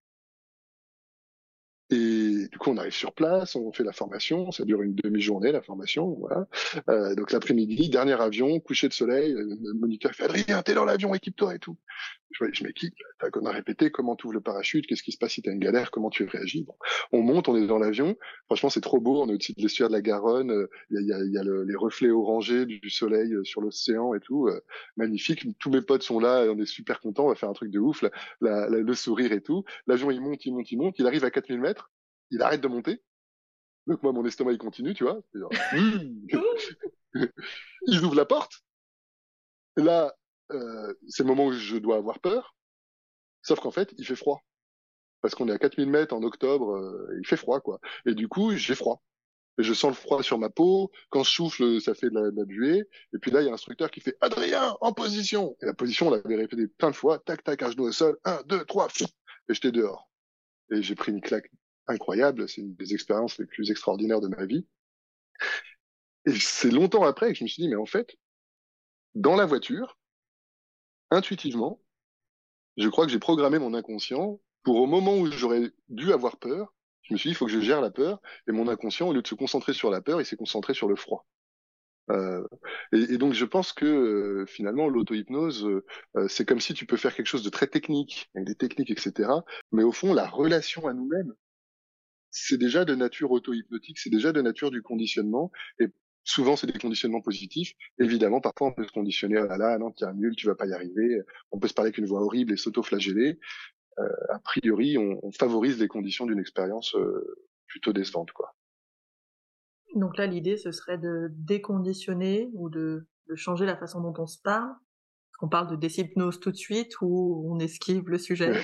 [SPEAKER 1] Et du coup, on arrive sur place, on fait la formation, ça dure une demi-journée, la formation, voilà. Donc l'après-midi, dernier avion, coucher de soleil, le moniteur fait Adrien, t'es dans l'avion, équipe-toi et tout. Je m'équipe, on a répété comment tu ouvres le parachute, qu'est-ce qui se passe si t'as une galère, comment tu réagis. Bon. On monte, on est dans l'avion, franchement c'est trop beau, on est au-dessus de l'estuaire de la Garonne, il y a les reflets orangés du soleil sur l'océan et tout, magnifique. Tous mes potes sont là, on est super contents, on va faire un truc de ouf, le sourire et tout. L'avion il arrive à 4000 mètres, il arrête de monter. Donc moi mon estomac il continue, tu vois. Genre, ils ouvrent la porte. Là, c'est le moment où je dois avoir peur. Sauf qu'en fait, il fait froid. Parce qu'on est à 4000 mètres en octobre, il fait froid, quoi. Et du coup, j'ai froid. Et je sens le froid sur ma peau. Quand je souffle, ça fait de la buée. Et puis là, il y a un instructeur qui fait Adrien, en position. Et la position, on l'avait répété plein de fois. Tac, tac, un genou au sol. Un, deux, trois. Et j'étais dehors. Et j'ai pris une claque incroyable. C'est une des expériences les plus extraordinaires de ma vie. Et c'est longtemps après que je me suis dit, mais en fait, dans la voiture, intuitivement, je crois que j'ai programmé mon inconscient pour au moment où j'aurais dû avoir peur, je me suis dit, il faut que je gère la peur. Et mon inconscient, au lieu de se concentrer sur la peur, il s'est concentré sur le froid. Euh, et donc, je pense que finalement, l'auto-hypnose, c'est comme si tu peux faire quelque chose de très technique, avec des techniques, etc. Mais au fond, la relation à nous-mêmes, c'est déjà de nature auto-hypnotique, c'est déjà de nature du conditionnement. Et souvent, c'est des conditionnements positifs. Évidemment, parfois, on peut se conditionner, oh là là, non, t'es un nul, tu vas pas y arriver. On peut se parler avec une voix horrible et s'auto-flageller. A priori, on favorise les conditions d'une expérience plutôt décevante, quoi.
[SPEAKER 2] Donc là, l'idée, ce serait de déconditionner ou de changer la façon dont on se parle. Parce qu'on parle de déshypnose tout de suite ou on esquive le sujet.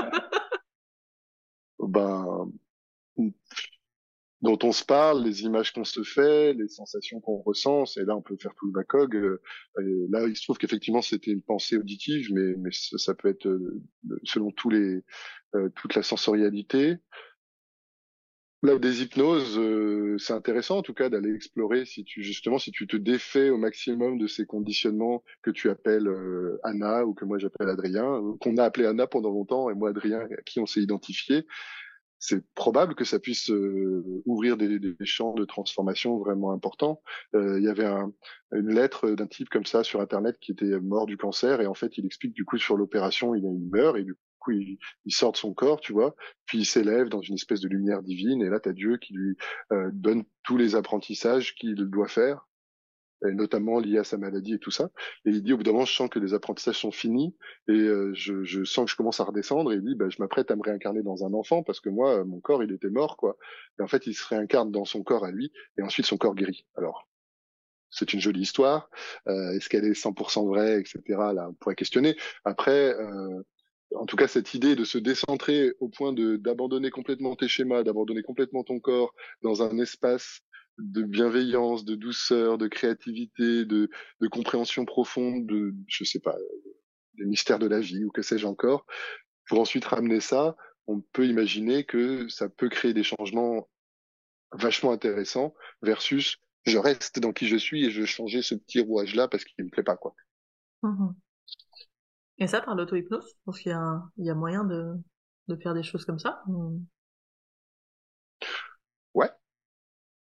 [SPEAKER 1] Ben, dont on se parle, les images qu'on se fait, les sensations qu'on ressent, et là on peut faire tout le BACOG. Là, il se trouve qu'effectivement c'était une pensée auditive, mais ça peut être selon toute la sensorialité. Là, des hypnoses, c'est intéressant en tout cas d'aller explorer si tu te défais au maximum de ces conditionnements que tu appelles Anna ou que moi j'appelle Adrien, qu'on a appelé Anna pendant longtemps et moi Adrien à qui on s'est identifié. C'est probable que ça puisse ouvrir des champs de transformation vraiment importants. Il y avait une lettre d'un type comme ça sur Internet qui était mort du cancer et en fait il explique du coup sur l'opération il meurt et du coup il sort de son corps, tu vois, puis il s'élève dans une espèce de lumière divine et là t'as Dieu qui lui donne tous les apprentissages qu'il doit faire et notamment lié à sa maladie et tout ça. Et il dit au bout d'un moment, je sens que les apprentissages sont finis et je sens que je commence à redescendre. Et il dit, bah, je m'apprête à me réincarner dans un enfant parce que moi, mon corps, il était mort, quoi. Et en fait, il se réincarne dans son corps à lui et ensuite son corps guérit. Alors, c'est une jolie histoire. Est-ce qu'elle est 100% vraie, etc. Là, on pourrait questionner. Après, en tout cas, cette idée de se décentrer au point de d'abandonner complètement tes schémas, d'abandonner complètement ton corps dans un espace de bienveillance, de douceur, de créativité, de compréhension profonde de, je sais pas, des mystères de la vie ou que sais-je encore, pour ensuite ramener ça, on peut imaginer que ça peut créer des changements vachement intéressants versus je reste dans qui je suis et je veux changer ce petit rouage-là parce qu'il me plaît pas, quoi.
[SPEAKER 2] Mhm. Et ça, par l'auto-hypnose, je pense il y a moyen de faire des choses comme ça.
[SPEAKER 1] Ouais.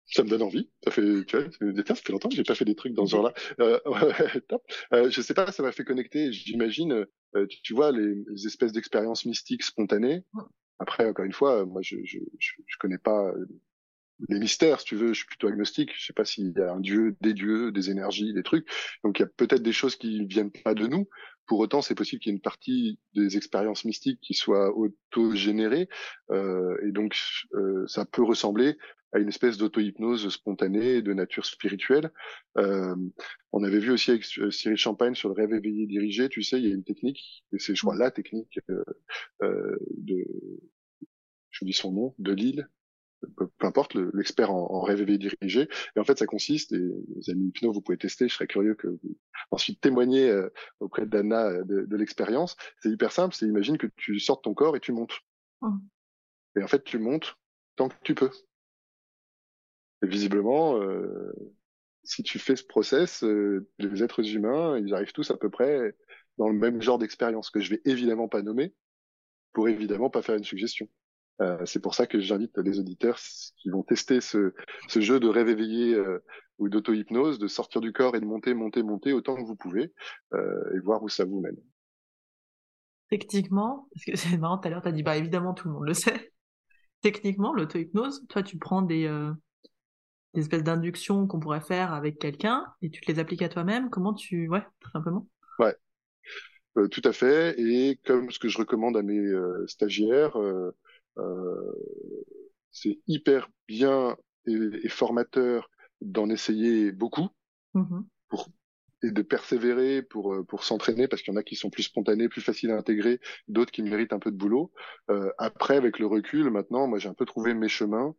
[SPEAKER 1] Ça me donne envie. Ça fait, tu vois, ça fait longtemps que j'ai pas fait des trucs dans ce
[SPEAKER 2] Idée.
[SPEAKER 1] genre-là. Ouais, top. Je sais pas, ça m'a fait connecter. J'imagine, tu vois, les espèces d'expériences mystiques spontanées. Après, encore une fois, moi, je connais pas les mystères, si tu veux. Je suis plutôt agnostique. Je sais pas s'il y a un dieu, des énergies, des trucs. Donc, il y a peut-être des choses qui viennent pas de nous. Pour autant, c'est possible qu'il y ait une partie des expériences mystiques qui soient auto-générées. Et donc, ça peut ressembler à une espèce d'auto-hypnose spontanée de nature spirituelle. Euh, on avait vu aussi avec Cyril Champagne sur le rêve éveillé dirigé, tu sais, il y a une technique, et c'est, je crois, la technique de, je dis son nom, de Lille, peu importe, l'expert en rêve éveillé dirigé. Et en fait, ça consiste, et les amis hypno, vous pouvez tester, je serais curieux que vous ensuite témoigniez auprès d'Anna de l'expérience. C'est hyper simple, c'est imagine que tu sors de ton corps et tu montes.
[SPEAKER 2] Mm.
[SPEAKER 1] Et en fait, tu montes tant que tu peux. Et visiblement, si tu fais ce process, les êtres humains, ils arrivent tous à peu près dans le même genre d'expérience que je vais évidemment pas nommer pour évidemment pas faire une suggestion. C'est pour ça que j'invite les auditeurs qui vont tester ce jeu de rêve éveillé ou d'auto-hypnose, de sortir du corps et de monter, monter, monter autant que vous pouvez et voir où ça vous mène.
[SPEAKER 2] Techniquement, parce que c'est marrant, tout à l'heure, tu as dit, bah évidemment, tout le monde le sait. Techniquement, l'auto-hypnose, toi, tu prends des espèces d'inductions qu'on pourrait faire avec quelqu'un et tu te les appliques à toi-même. Comment tu... Ouais, tout simplement.
[SPEAKER 1] Ouais, tout à fait. Et comme ce que je recommande à mes stagiaires, euh, c'est hyper bien et formateur d'en essayer beaucoup
[SPEAKER 2] Mhm.
[SPEAKER 1] pour et de persévérer pour s'entraîner parce qu'il y en a qui sont plus spontanés, plus faciles à intégrer, d'autres qui méritent un peu de boulot. Après, avec le recul, maintenant, moi, j'ai un peu trouvé mes chemins,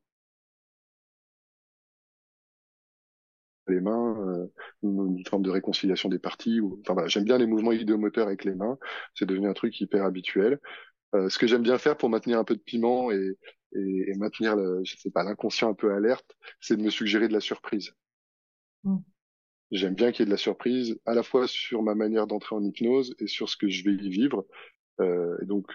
[SPEAKER 1] les mains, une forme de réconciliation des parties. Enfin voilà, j'aime bien les mouvements idéomoteurs avec les mains. C'est devenu un truc hyper habituel. Ce que j'aime bien faire pour maintenir un peu de piment et maintenir, je sais pas, l'inconscient un peu alerte, c'est de me suggérer de la surprise.
[SPEAKER 2] Mm.
[SPEAKER 1] J'aime bien qu'il y ait de la surprise, à la fois sur ma manière d'entrer en hypnose et sur ce que je vais y vivre. Et donc,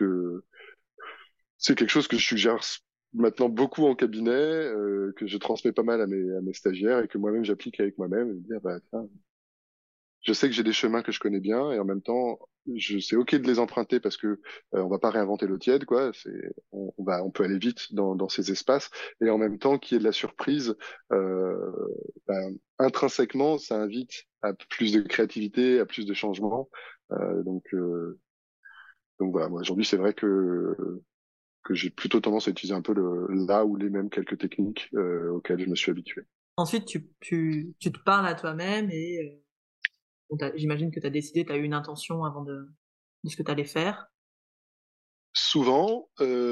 [SPEAKER 1] c'est quelque chose que je suggère maintenant beaucoup en cabinet, que je transmets pas mal à mes stagiaires et que moi-même j'applique avec moi-même. Et me dire, bah, tiens, je sais que j'ai des chemins que je connais bien et en même temps, c'est ok de les emprunter parce que on va pas réinventer l'eau tiède, quoi. On peut aller vite dans ces espaces et en même temps qu'il y ait de la surprise. Euh, Intrinsèquement, ça invite à plus de créativité, à plus de changement. Euh, donc, euh, donc voilà. Moi, aujourd'hui, c'est vrai que j'ai plutôt tendance à utiliser un peu là ou les mêmes quelques techniques auxquelles je me suis habitué.
[SPEAKER 2] Ensuite, tu te parles à toi-même et bon, j'imagine que tu as décidé, tu as eu une intention avant de ce que tu allais faire.
[SPEAKER 1] Souvent,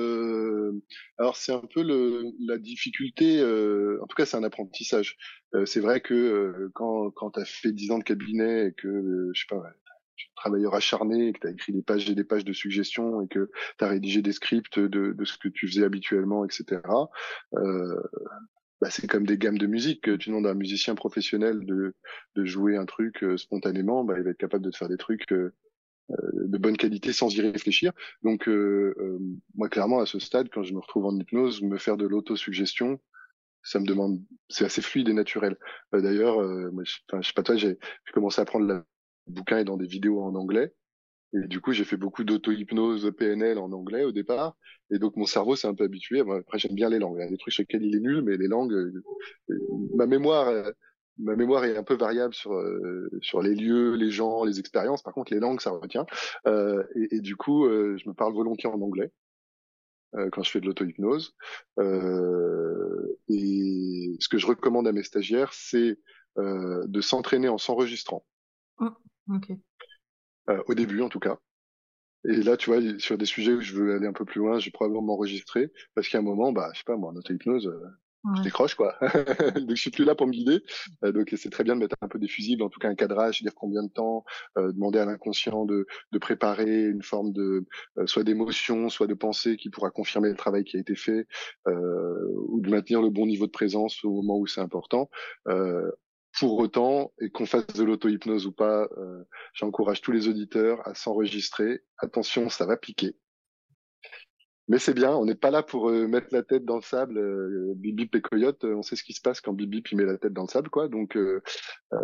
[SPEAKER 1] alors c'est un peu la difficulté, en tout cas c'est un apprentissage. C'est vrai que quand tu as fait 10 ans de cabinet et que, je sais pas, ouais, tu es un travailleur acharné et que tu as écrit des pages et des pages de suggestions et que tu as rédigé des scripts de ce que tu faisais habituellement, etc. Euh, Bah, c'est comme des gammes de musique. Tu demandes à un musicien professionnel de jouer un truc spontanément, bah, il va être capable de te faire des trucs de bonne qualité sans y réfléchir. Donc, moi, clairement, à ce stade, quand je me retrouve en hypnose, me faire de l'autosuggestion, ça me demande, c'est assez fluide et naturel. D'ailleurs, moi, je sais pas toi, j'ai commencé à prendre le bouquin et dans des vidéos en anglais. Et du coup, j'ai fait beaucoup d'auto-hypnose PNL en anglais au départ. Et donc, mon cerveau s'est un peu habitué. Moi, après, j'aime bien les langues. Il y a des trucs sur lesquels il est nul, mais les langues, euh, ma mémoire, euh, ma mémoire est un peu variable sur les lieux, les gens, les expériences. Par contre, les langues, ça retient. Et du coup, je me parle volontiers en anglais quand je fais de l'auto-hypnose. Et ce que je recommande à mes stagiaires, c'est de s'entraîner en s'enregistrant.
[SPEAKER 2] Mm. Ok.
[SPEAKER 1] Au début, en tout cas. Et là, tu vois, sur des sujets où je veux aller un peu plus loin, je vais probablement m'enregistrer parce qu'à un moment, bah, je sais pas, moi, en auto-hypnose, je
[SPEAKER 2] Ouais.
[SPEAKER 1] décroche, quoi. Donc, je suis plus là pour me guider. Donc, c'est très bien de mettre un peu des fusibles, en tout cas un cadrage, dire combien de temps, demander à l'inconscient de préparer une forme de, soit d'émotion, soit de pensée qui pourra confirmer le travail qui a été fait, ou de maintenir le bon niveau de présence au moment où c'est important. Euh, pour autant, et qu'on fasse de l'auto-hypnose ou pas, j'encourage tous les auditeurs à s'enregistrer. Attention, ça va piquer. Mais c'est bien, on n'est pas là pour mettre la tête dans le sable. Bip Bip et Coyote, on sait ce qui se passe quand Bip Bip il met la tête dans le sable, quoi. Donc euh,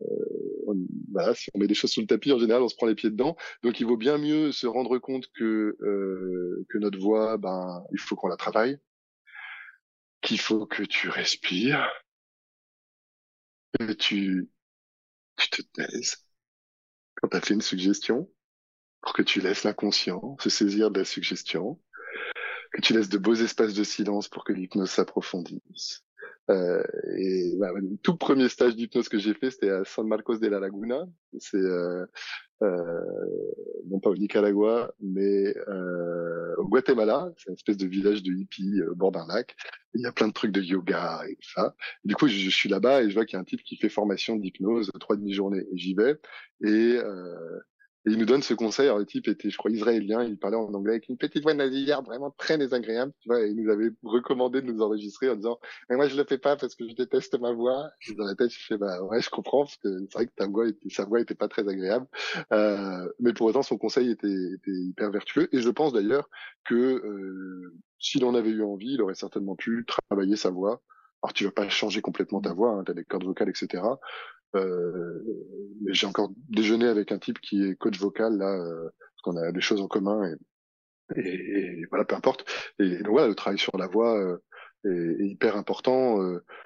[SPEAKER 1] voilà, si on met des choses sous le tapis, en général, on se prend les pieds dedans. Donc il vaut bien mieux se rendre compte que notre voix, ben, il faut qu'on la travaille, qu'il faut que tu respires, que tu te taises quand tu as fait une suggestion, pour que tu laisses l'inconscient se saisir de la suggestion, que tu laisses de beaux espaces de silence pour que l'hypnose s'approfondisse. Euh, et voilà, le tout premier stage d'hypnose que j'ai fait, c'était à San Marcos de la Laguna. C'est euh, non pas au Nicaragua, mais au Guatemala. C'est une espèce de village de hippies au bord d'un lac. Il y a plein de trucs de yoga et tout ça. Et du coup, je suis là-bas et je vois qu'il y a un type qui fait formation d'hypnose 3 demi-journées. Et j'y vais. Et, euh, et il nous donne ce conseil. Alors, le type était, je crois, israélien. Il parlait en anglais avec une petite voix nasillarde vraiment très désagréable. Tu vois, et il nous avait recommandé de nous enregistrer en disant, mais moi, je le fais pas parce que je déteste ma voix. Et dans la tête, je fais, bah ouais, je comprends parce que c'est vrai que sa voix était pas très agréable. Mais pour autant, son conseil était hyper vertueux. Et je pense d'ailleurs que s'il en avait eu envie, il aurait certainement pu travailler sa voix. Alors, tu vas pas changer complètement ta voix, hein, tu as des cordes vocales, etc. Euh, mais j'ai encore déjeuné avec un type qui est coach vocal, là, parce qu'on a des choses en commun. Et voilà, peu importe. Et donc voilà, le travail sur la voix est hyper important.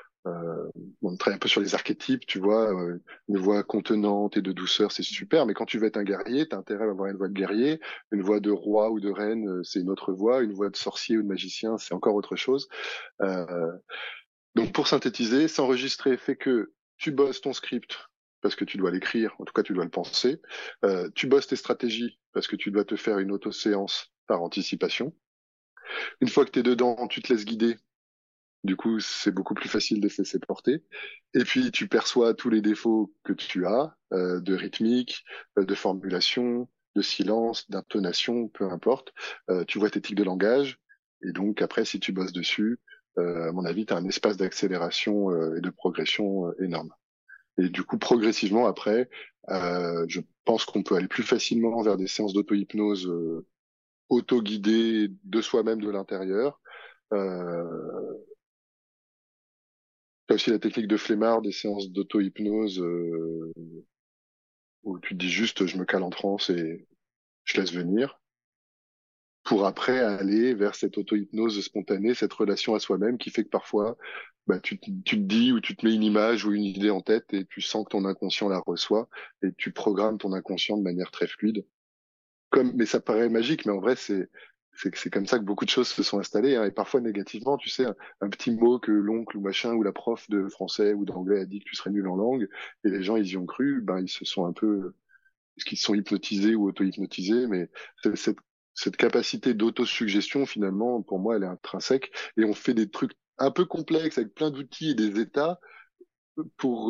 [SPEAKER 1] On travaille un peu sur les archétypes, tu vois, une voix contenante et de douceur, c'est super, mais quand tu veux être un guerrier, t'as intérêt à avoir une voix de guerrier, une voix de roi ou de reine, c'est une autre voix, une voix de sorcier ou de magicien, c'est encore autre chose. Euh, donc pour synthétiser, s'enregistrer fait que tu bosses ton script parce que tu dois l'écrire, en tout cas tu dois le penser, tu bosses tes stratégies parce que tu dois te faire une auto-séance par anticipation. Une fois que tu es dedans, tu te laisses guider. Du coup, c'est beaucoup plus facile de se laisser porter. Et puis, tu perçois tous les défauts que tu as, de rythmique, de formulation, de silence, d'intonation, peu importe. Tu vois tes tics de langage. Et donc, après, si tu bosses dessus, à mon avis, tu as un espace d'accélération et de progression énorme. Et du coup, progressivement, après, je pense qu'on peut aller plus facilement vers des séances d'auto-hypnose auto-guidées de soi-même de l'intérieur. Euh, T'as aussi la technique de flemmard, des séances d'auto-hypnose où tu te dis juste je me cale en transe et je laisse venir, pour après aller vers cette auto-hypnose spontanée, cette relation à soi-même qui fait que parfois bah, tu te dis ou tu te mets une image ou une idée en tête et tu sens que ton inconscient la reçoit et tu programmes ton inconscient de manière très fluide. Mais ça paraît magique, mais en vrai, c'est comme ça que beaucoup de choses se sont installées, hein, et parfois négativement, tu sais, un petit mot que l'oncle ou machin ou la prof de français ou d'anglais a dit que tu serais nul en langue, et les gens, ils y ont cru, ben, ils se sont un peu, est-ce qu'ils se sont hypnotisés ou auto-hypnotisés, mais cette capacité d'autosuggestion, finalement, pour moi, elle est intrinsèque, et on fait des trucs un peu complexes avec plein d'outils et des états pour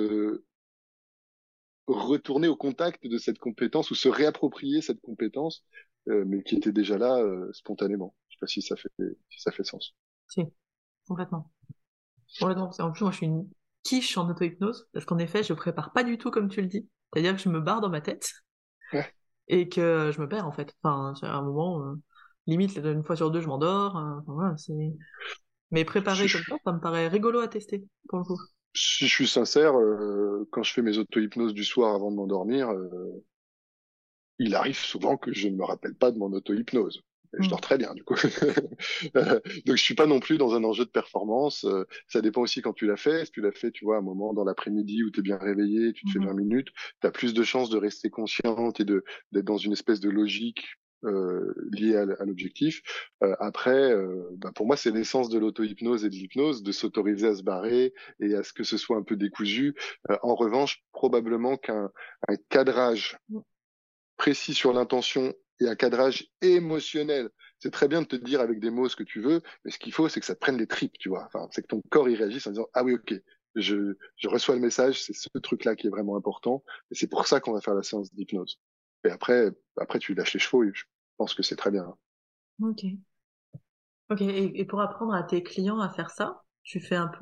[SPEAKER 1] retourner au contact de cette compétence ou se réapproprier cette compétence, mais qui était déjà là spontanément. Je sais pas si ça fait sens.
[SPEAKER 2] Si, complètement. Complètement. En plus, moi, je suis une quiche en auto-hypnose, parce qu'en effet, je prépare pas du tout comme tu le dis. C'est-à-dire que je me barre dans ma tête
[SPEAKER 1] Ouais.
[SPEAKER 2] et que je me perds, en fait. Enfin, à un moment, limite, une fois sur deux, je m'endors. Enfin, voilà, c'est... Mais
[SPEAKER 1] Si
[SPEAKER 2] préparer comme
[SPEAKER 1] je,
[SPEAKER 2] ça me paraît rigolo à tester, pour le coup.
[SPEAKER 1] si je suis sincère, quand je fais mes auto-hypnoses du soir avant de m'endormir, il arrive souvent que je ne me rappelle pas de mon auto-hypnose. Et je
[SPEAKER 2] Hmm.
[SPEAKER 1] dors très bien, du coup. Donc, je suis pas non plus dans un enjeu de performance. Ça dépend aussi quand tu l'as fait. Si tu l'as fait, tu vois, un moment dans l'après-midi où tu es bien réveillé, tu te fais
[SPEAKER 2] Mhm.
[SPEAKER 1] 20 minutes, tu as plus de chances de rester consciente et d'être dans une espèce de logique liée à l'objectif. Après, bah, pour moi, c'est l'essence de l'auto-hypnose et de l'hypnose, de s'autoriser à se barrer et à ce que ce soit un peu décousu. En revanche, probablement un cadrage précis sur l'intention et un cadrage émotionnel. C'est très bien de te dire avec des mots ce que tu veux, mais ce qu'il faut, c'est que ça te prenne les tripes, tu vois. Enfin, c'est que ton corps, il réagisse en disant, ah oui, ok, je reçois le message, c'est ce truc-là qui est vraiment important, et c'est pour ça qu'on va faire la séance d'hypnose. Et après, tu lâches les chevaux, et je pense que c'est très bien.
[SPEAKER 2] Ok. Ok. Et pour apprendre à tes clients à faire ça, tu fais un peu.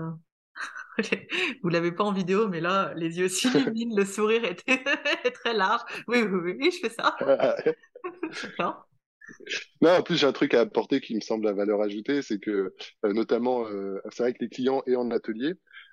[SPEAKER 2] Vous l'avez pas en vidéo, mais là, les yeux s'illuminent, le sourire était est très large. Oui, oui, oui, oui, je fais ça. D'accord.
[SPEAKER 1] Non, en plus, j'ai un truc à apporter qui me semble à valeur ajoutée, c'est que, notamment, c'est vrai que les clients et en atelier,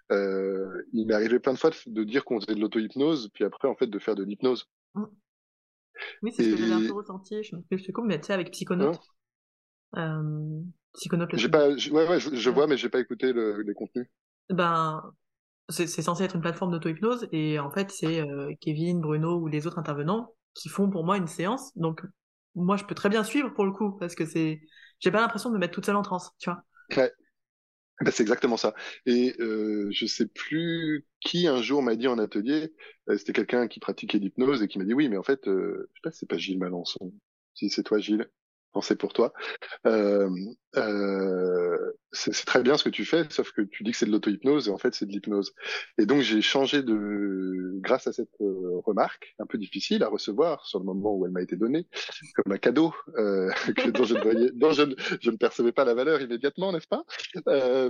[SPEAKER 1] il m'est arrivé plein de fois de dire qu'on faisait de l'auto-hypnose, puis après, en fait, de faire de l'hypnose.
[SPEAKER 2] Mm. Oui, c'est ce que j'avais un peu
[SPEAKER 1] Et,
[SPEAKER 2] ressenti. Je te coupe, mais tu sais, avec
[SPEAKER 1] hein,
[SPEAKER 2] Psychonautes. Psychonautes, le
[SPEAKER 1] j'ai
[SPEAKER 2] truc de...
[SPEAKER 1] pas, ouais, ouais, je
[SPEAKER 2] Ouais.
[SPEAKER 1] vois, mais j'ai pas écouté les contenus.
[SPEAKER 2] Ben, c'est censé être une plateforme d'auto-hypnose, et en fait, c'est Kevin, Bruno ou les autres intervenants qui font pour moi une séance. Donc, moi, je peux très bien suivre pour le coup, parce que j'ai pas l'impression de me mettre toute seule en transe, tu vois.
[SPEAKER 1] Ouais, bah, c'est exactement ça. Et je sais plus qui un jour m'a dit en atelier, c'était quelqu'un qui pratiquait l'hypnose et qui m'a dit oui, mais en fait, je sais pas, si c'est pas Gilles Malençon. Si c'est toi, Gilles, pensez pour toi. Euh, c'est très bien ce que tu fais, sauf que tu dis que c'est de l'auto-hypnose et en fait c'est de l'hypnose. Et donc j'ai changé grâce à cette remarque un peu difficile à recevoir sur le moment où elle m'a été donnée, comme un cadeau dont je ne voyais, je ne percevais pas la valeur immédiatement, n'est-ce pas? euh,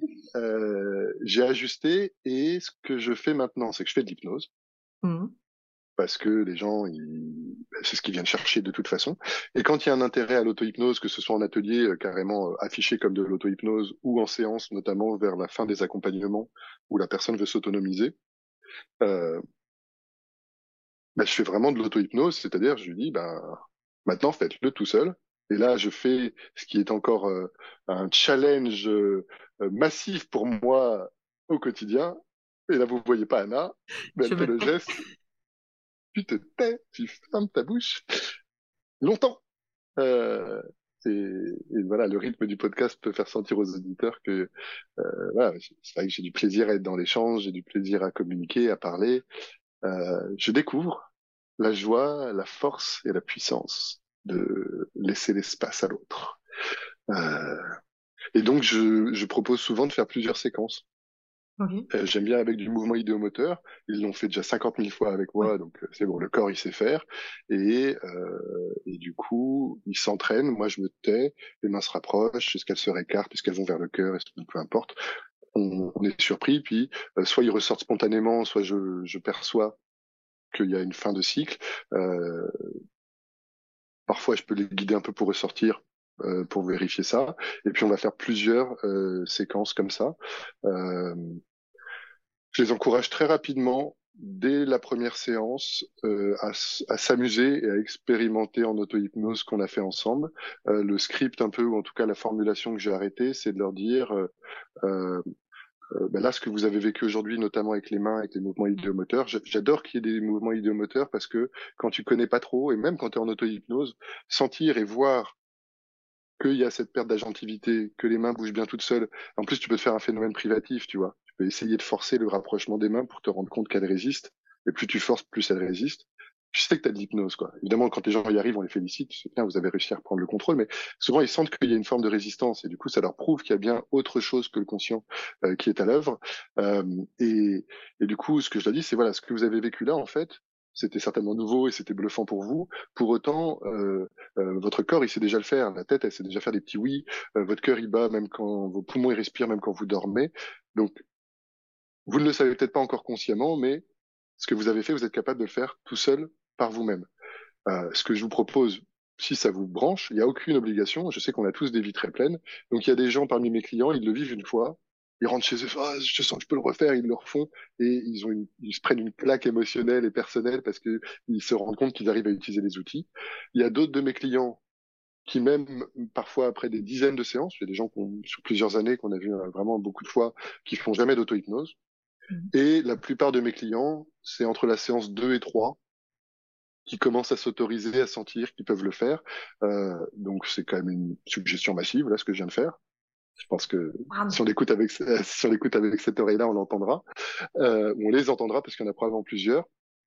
[SPEAKER 1] j'ai ajusté et ce que je fais maintenant, c'est que je fais de l'hypnose
[SPEAKER 2] Mhm.
[SPEAKER 1] parce que les gens, c'est ce qu'ils viennent chercher de toute façon. Et quand il y a un intérêt à l'auto-hypnose, que ce soit en atelier carrément affiché comme de l'auto-hypnose ou en séance, notamment vers la fin des accompagnements où la personne veut s'autonomiser, euh, bah, je fais vraiment de l'auto-hypnose, c'est-à-dire je lui dis, ben, maintenant faites-le tout seul. Et là, je fais ce qui est encore un challenge massif pour moi au quotidien. Et là, vous voyez pas Anna, mais
[SPEAKER 2] Je
[SPEAKER 1] elle fait
[SPEAKER 2] me
[SPEAKER 1] le
[SPEAKER 2] tais.
[SPEAKER 1] geste, tu te tais, tu fermes ta bouche longtemps. Euh, et voilà, le rythme du podcast peut faire sentir aux auditeurs que voilà, c'est vrai que j'ai du plaisir à être dans l'échange, j'ai du plaisir à communiquer, à parler. Je découvre la joie, la force et la puissance de laisser l'espace à l'autre. Euh, et donc, je propose souvent de faire plusieurs séquences.
[SPEAKER 2] Ok.
[SPEAKER 1] J'aime bien avec du mouvement idéomoteur. Ils l'ont fait déjà 50 000 fois avec
[SPEAKER 2] Ouais.
[SPEAKER 1] moi, donc c'est bon, le corps il sait faire. Et du coup, ils s'entraînent. Moi, je me tais, les mains se rapprochent, est-ce qu'elles se récartent, est-ce qu'elles vont vers le cœur, est-ce que peu importe. On est surpris, puis soit ils ressortent spontanément, soit je perçois qu'il y a une fin de cycle. Euh, Parfois, je peux les guider un peu pour ressortir. Pour vérifier ça, et puis on va faire plusieurs séquences comme ça. Euh, Je les encourage très rapidement, dès la première séance, à s'amuser et à expérimenter en auto-hypnose ce qu'on a fait ensemble. Le script un peu, ou en tout cas la formulation que j'ai arrêtée, c'est de leur dire, euh, ben là, ce que vous avez vécu aujourd'hui, notamment avec les mains, avec les mouvements idéomoteurs, j'adore qu'il y ait des mouvements idéomoteurs parce que quand tu connais pas trop, et même quand tu es en auto-hypnose, sentir et voir qu'il y a cette perte d'agentivité, que les mains bougent bien toutes seules. En plus, tu peux te faire un phénomène privatif, tu vois. Tu peux essayer de forcer le rapprochement des mains pour te rendre compte qu'elles résistent. Et plus tu forces, plus elles résistent. Tu sais que tu as de l'hypnose, quoi. Évidemment, quand les gens y arrivent, on les félicite. C'est bien, vous avez réussi à reprendre le contrôle. Mais souvent, ils sentent qu'il y a une forme de résistance. Et du coup, ça leur prouve qu'il y a bien autre chose que le conscient qui est à l'œuvre. Euh, et, et du coup, ce que je leur dis, c'est voilà, ce que vous avez vécu là, en fait, c'était certainement nouveau et c'était bluffant pour vous. Pour autant, votre corps, il sait déjà le faire. La tête, elle sait déjà faire des petits oui. Votre cœur, il bat même quand vos poumons, ils respirent, même quand vous dormez. Donc, vous ne le savez peut-être pas encore consciemment, mais ce que vous avez fait, vous êtes capable de le faire tout seul par vous-même. Ce que je vous propose, si ça vous branche, il n'y a aucune obligation. Je sais qu'on a tous des vies très pleines. Donc, il y a des gens parmi mes clients, ils le vivent une fois. Ils rentrent chez eux, ah, je sens que je peux le refaire, ils le refont et ils se prennent une claque émotionnelle et personnelle parce que ils se rendent compte qu'ils arrivent à utiliser les outils. Il y a d'autres de mes clients qui même parfois après des dizaines de séances, il y a des gens sur plusieurs années qu'on a vu vraiment beaucoup de fois, qui font jamais d'auto-hypnose.
[SPEAKER 2] Mhm.
[SPEAKER 1] Et la plupart de mes clients, c'est entre la séance 2 et 3 qui commencent à s'autoriser, à sentir qu'ils peuvent le faire. Donc c'est quand même une suggestion massive, là, ce que je viens de faire. Je pense que
[SPEAKER 2] Bam.
[SPEAKER 1] si on l'écoute avec, si on l'écoute avec cette oreille-là, on l'entendra. On les entendra parce qu'il y en a probablement plusieurs.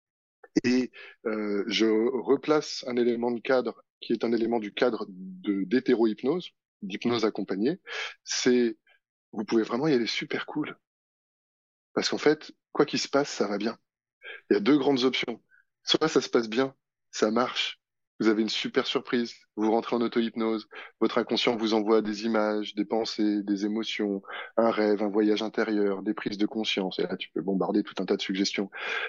[SPEAKER 1] Et je replace un élément de cadre qui est un élément du cadre d'hétéro-hypnose, d'hypnose accompagnée. C'est, vous pouvez vraiment y aller super cool. Parce qu'en fait, quoi qu'il se passe, ça va bien. Il y a deux grandes options. Soit ça se passe bien, ça marche. Vous avez une super surprise. Vous rentrez en auto-hypnose. Votre inconscient vous envoie des images, des pensées, des émotions, un rêve, un voyage intérieur, des prises de conscience. Et là, tu peux bombarder tout un tas de suggestions.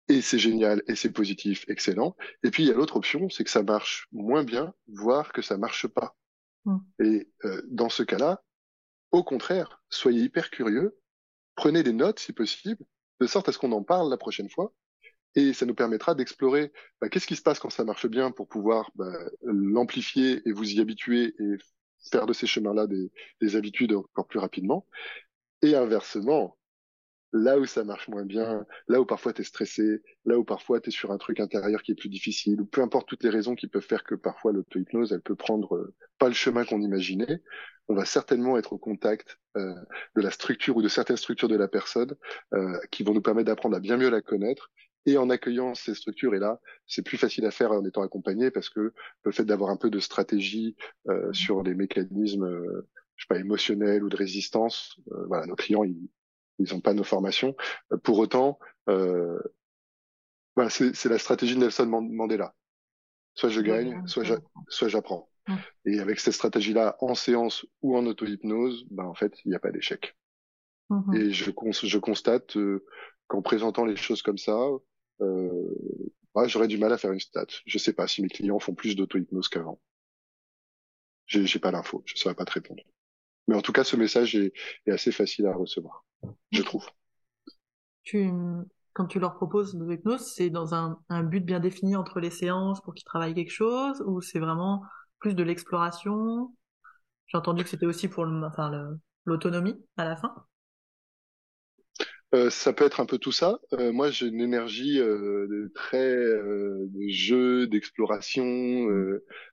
[SPEAKER 1] et c'est génial, et c'est positif, excellent. Et puis il y a l'autre option, c'est que ça marche moins bien, voire que ça marche pas.
[SPEAKER 2] Mm.
[SPEAKER 1] Et dans ce cas-là, au contraire, soyez hyper curieux, prenez des notes si possible, de sorte à ce qu'on en parle la prochaine fois. Et ça nous permettra d'explorer qu'est-ce qui se passe quand ça marche bien pour pouvoir l'amplifier et vous y habituer et faire de ces chemins-là des habitudes encore plus rapidement. Et inversement, là où ça marche moins bien, là où parfois tu es stressé, là où parfois tu es sur un truc intérieur qui est plus difficile, ou peu importe toutes les raisons qui peuvent faire que parfois l'auto-hypnose, elle peut prendre pas le chemin qu'on imaginait, on va certainement être au contact de la structure ou de certaines structures de la personne qui vont nous permettre d'apprendre à bien mieux la connaître. Et en accueillant ces structures, et là, c'est plus facile à faire en étant accompagné parce que le fait d'avoir un peu de stratégie sur les mécanismes, je sais pas, émotionnels ou de résistance, voilà, nos clients, ils n'ont pas nos formations. Pour autant, euh, voilà, c'est la stratégie de Nelson Mandela. Soit je
[SPEAKER 2] Tu dois
[SPEAKER 1] gagne,
[SPEAKER 2] gagner, ça j'apprends.
[SPEAKER 1] soit j'apprends.
[SPEAKER 2] Mm.
[SPEAKER 1] Et avec cette stratégie-là, en séance ou en auto-hypnose, en fait, il n'y a pas d'échec.
[SPEAKER 2] Mhm.
[SPEAKER 1] Et je constate qu'en présentant les choses comme ça, j'aurais du mal à faire une stat. Je sais pas si mes clients font plus d'auto-hypnose qu'avant. J'ai pas l'info, je saurais pas te répondre. Mais en tout cas, ce message est assez facile à recevoir, je
[SPEAKER 2] Ok.
[SPEAKER 1] trouve.
[SPEAKER 2] Tu, quand tu leur proposes de l'hypnose, c'est dans un but bien défini entre les séances pour qu'ils travaillent quelque chose, ou c'est vraiment plus de l'exploration? J'ai entendu que c'était aussi pour l'autonomie à la fin.
[SPEAKER 1] Ça peut être un peu tout ça. Moi, j'ai une énergie de jeu, d'exploration.
[SPEAKER 2] Mm.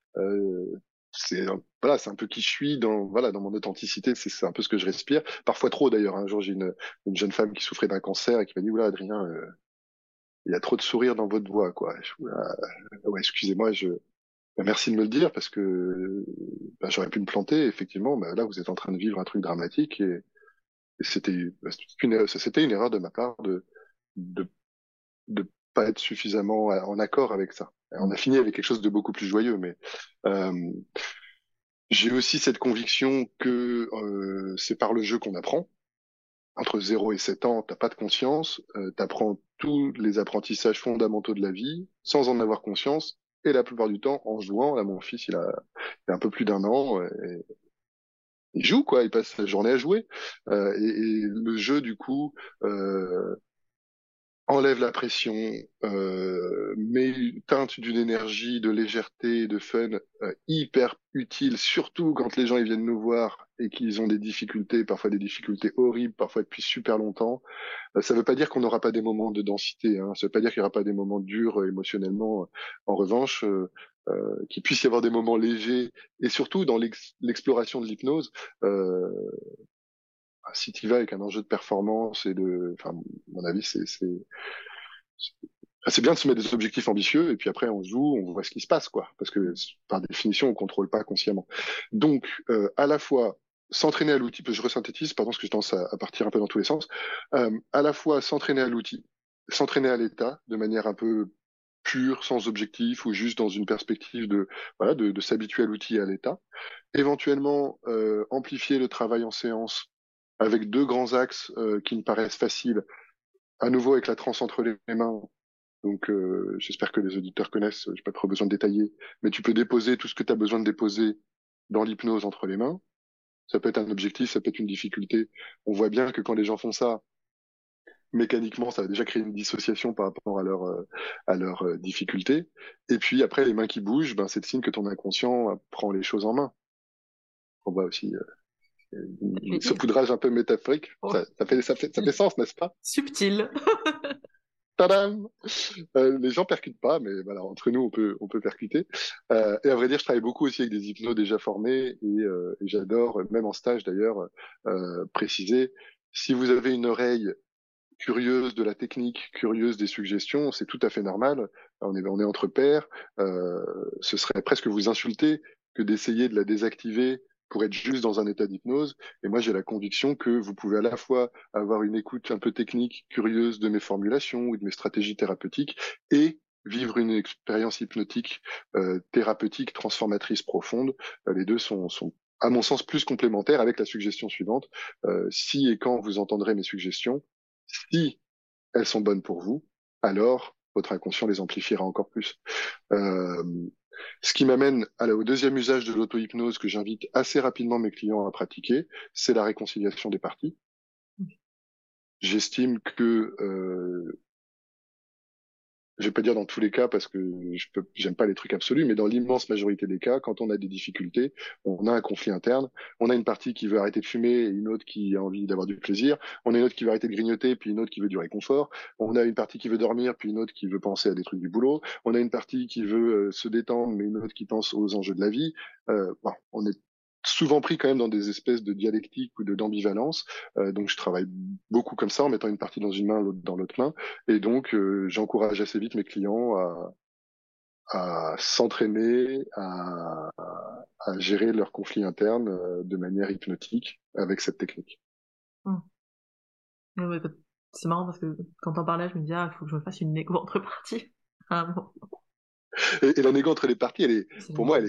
[SPEAKER 1] Voilà, c'est un peu qui je suis dans mon authenticité. C'est un peu ce que je respire. Parfois trop d'ailleurs. Un jour, j'ai une jeune femme qui souffrait d'un cancer et qui m'a dit oula Adrien, il y a trop de sourire dans votre voix quoi. Oula, ouais, excusez-moi, merci de me le dire parce que j'aurais pu me planter. Effectivement, là, vous êtes en train de vivre un truc dramatique et c'était une erreur de ma part de de pas être suffisamment en accord avec ça. On
[SPEAKER 2] Mm.
[SPEAKER 1] a fini avec quelque chose de beaucoup plus joyeux, mais euh, j'ai aussi cette conviction que c'est par le jeu qu'on apprend. Entre 0 et 7 ans, t'as pas de conscience, t'apprends tous les apprentissages fondamentaux de la vie sans en avoir conscience, et la plupart du temps en jouant. Là, mon fils, il a un peu plus d'un an, et il joue quoi, il passe sa journée à jouer. Et le jeu, du coup, euh, enlève la pression, met teinte d'une énergie, de légèreté, de fun hyper utile, surtout quand les gens ils viennent nous voir et qu'ils ont des difficultés, parfois des difficultés horribles, parfois depuis super longtemps. Ça veut pas dire qu'on n'aura pas des moments de densité, hein. Ça veut pas dire qu'il y aura pas des moments durs émotionnellement. En revanche, qu'il puisse y avoir des moments légers et surtout dans l'exploration de l'hypnose. Si tu vas avec un enjeu de performance enfin, à mon avis, c'est bien de se mettre des objectifs ambitieux et puis après on joue, on voit ce qui se passe quoi, parce que par définition on contrôle pas consciemment. Donc à la fois s'entraîner à l'outil, je resynthétise, pardon, parce que je tendance à partir un peu dans tous les sens, à la fois s'entraîner à l'outil, s'entraîner à l'état de manière un peu pure, sans objectif ou juste dans une perspective de voilà de s'habituer à l'outil et à l'état. Éventuellement amplifier le travail en séance avec deux grands axes qui me paraissent faciles, à nouveau avec la transe entre les mains. Donc, j'espère que les auditeurs connaissent, j'ai pas trop besoin de détailler, mais tu peux déposer tout ce que tu as besoin de déposer dans l'hypnose entre les mains. Ça peut être un objectif, ça peut être une difficulté. On voit bien que quand les gens font ça, mécaniquement, ça va déjà créer une dissociation par rapport à leur difficulté. Et puis après, les mains qui bougent, c'est le signe que ton inconscient prend les choses en main. On voit aussi
[SPEAKER 2] Ça fait
[SPEAKER 1] ce poudrage un peu métaphorique.
[SPEAKER 2] oh,
[SPEAKER 1] Ça fait sens, n'est-ce pas?
[SPEAKER 2] subtil.
[SPEAKER 1] Tadam! Les gens percutent pas, mais voilà, entre nous, on peut percuter. Et à vrai dire, je travaille beaucoup aussi avec des hypnos déjà formés et j'adore, même en stage d'ailleurs, préciser, si vous avez une oreille curieuse de la technique, curieuse des suggestions, c'est tout à fait normal. On est entre pairs. Ce serait presque vous insulter que d'essayer de la désactiver pour être juste dans un état d'hypnose. Et moi, j'ai la conviction que vous pouvez à la fois avoir une écoute un peu technique, curieuse de mes formulations ou de mes stratégies thérapeutiques et vivre une expérience hypnotique, thérapeutique, transformatrice profonde. Les deux sont, à mon sens, plus complémentaires avec la suggestion suivante. Si et quand vous entendrez mes suggestions, si elles sont bonnes pour vous, alors votre inconscient les amplifiera encore plus. Euh, Ce qui m'amène au deuxième usage de l'auto-hypnose que j'invite assez rapidement mes clients à pratiquer, c'est la réconciliation des parties. J'estime que je vais pas dire dans tous les cas parce que j'aime pas les trucs absolus, mais dans l'immense majorité des cas, quand on a des difficultés, on a un conflit interne, on a une partie qui veut arrêter de fumer et une autre qui a envie d'avoir du plaisir, on a une autre qui veut arrêter de grignoter puis une autre qui veut du réconfort, on a une partie qui veut dormir puis une autre qui veut penser à des trucs du boulot, on a une partie qui veut se détendre mais une autre qui pense aux enjeux de la vie. Bon, on est souvent pris quand même dans des espèces de dialectique ou d'ambivalence. Donc je travaille beaucoup comme ça en mettant une partie dans une main, l'autre dans l'autre main. Et donc, j'encourage assez vite mes clients à s'entraîner, à gérer leurs conflits internes de manière hypnotique avec cette technique.
[SPEAKER 2] Hum. Ouais, c'est marrant parce que quand t'en parlais, je me disais, il faut que je me fasse une négo entre parties.
[SPEAKER 1] Et la négo entre les parties, pour moi,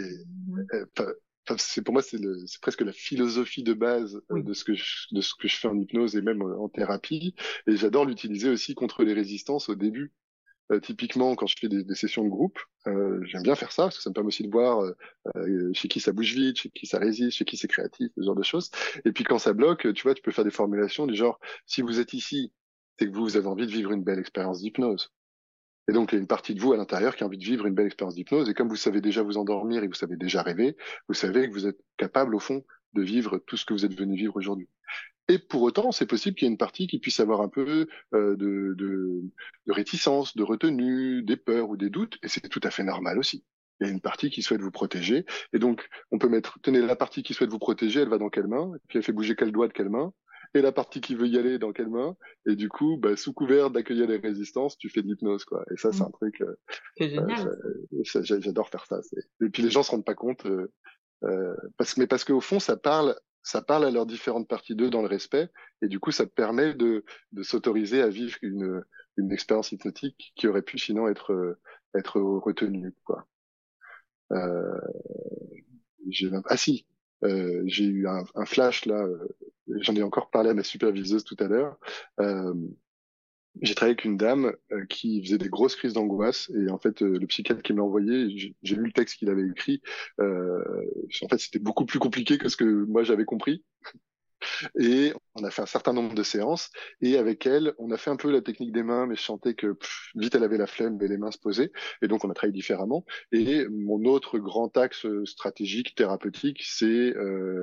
[SPEAKER 1] c'est presque la philosophie de base
[SPEAKER 2] Oui.
[SPEAKER 1] de ce que je fais en hypnose et même en thérapie. Et j'adore l'utiliser aussi contre les résistances au début. Typiquement, quand je fais des sessions de groupe, j'aime bien faire ça parce que ça me permet aussi de voir chez qui ça bouge vite, chez qui ça résiste, chez qui c'est créatif, ce genre de choses. Et puis quand ça bloque, tu vois, tu peux faire des formulations du genre, si vous êtes ici, c'est que vous avez envie de vivre une belle expérience d'hypnose. Et donc, il y a une partie de vous à l'intérieur qui a envie de vivre une belle expérience d'hypnose. Et comme vous savez déjà vous endormir et vous savez déjà rêver, vous savez que vous êtes capable, au fond, de vivre tout ce que vous êtes venu vivre aujourd'hui. Et pour autant, c'est possible qu'il y ait une partie qui puisse avoir un peu de réticence, de retenue, des peurs ou des doutes, et c'est tout à fait normal aussi. Il y a une partie qui souhaite vous protéger, et donc on peut mettre, tenez, la partie qui souhaite vous protéger, elle va dans quelle main, et puis elle fait bouger quel doigt de quelle main, et la partie qui veut y aller dans quelle main, et du coup, bah, sous couvert d'accueillir les résistances, tu fais de l'hypnose, quoi. Et ça, c'est un truc,
[SPEAKER 2] C'est génial.
[SPEAKER 1] j'adore faire ça. Et puis les gens se rendent pas compte. Parce qu'au fond, ça parle à leurs différentes parties d'eux dans le respect, et du coup, ça permet de s'autoriser à vivre une expérience hypnotique qui aurait pu sinon être retenue, quoi. Euh, ah si, j'ai eu un flash là, j'en ai encore parlé à ma superviseuse tout à l'heure. Euh, j'ai travaillé avec une dame qui faisait des grosses crises d'angoisse et en fait le psychiatre qui me l'a envoyé, j'ai lu le texte qu'il avait écrit. Euh, En fait, c'était beaucoup plus compliqué que ce que moi j'avais compris. Et on a fait un certain nombre de séances et avec elle, on a fait un peu la technique des mains, mais je sentais que vite elle avait la flemme et les mains se posaient. Et donc on a travaillé différemment. Et mon autre grand axe stratégique thérapeutique, c'est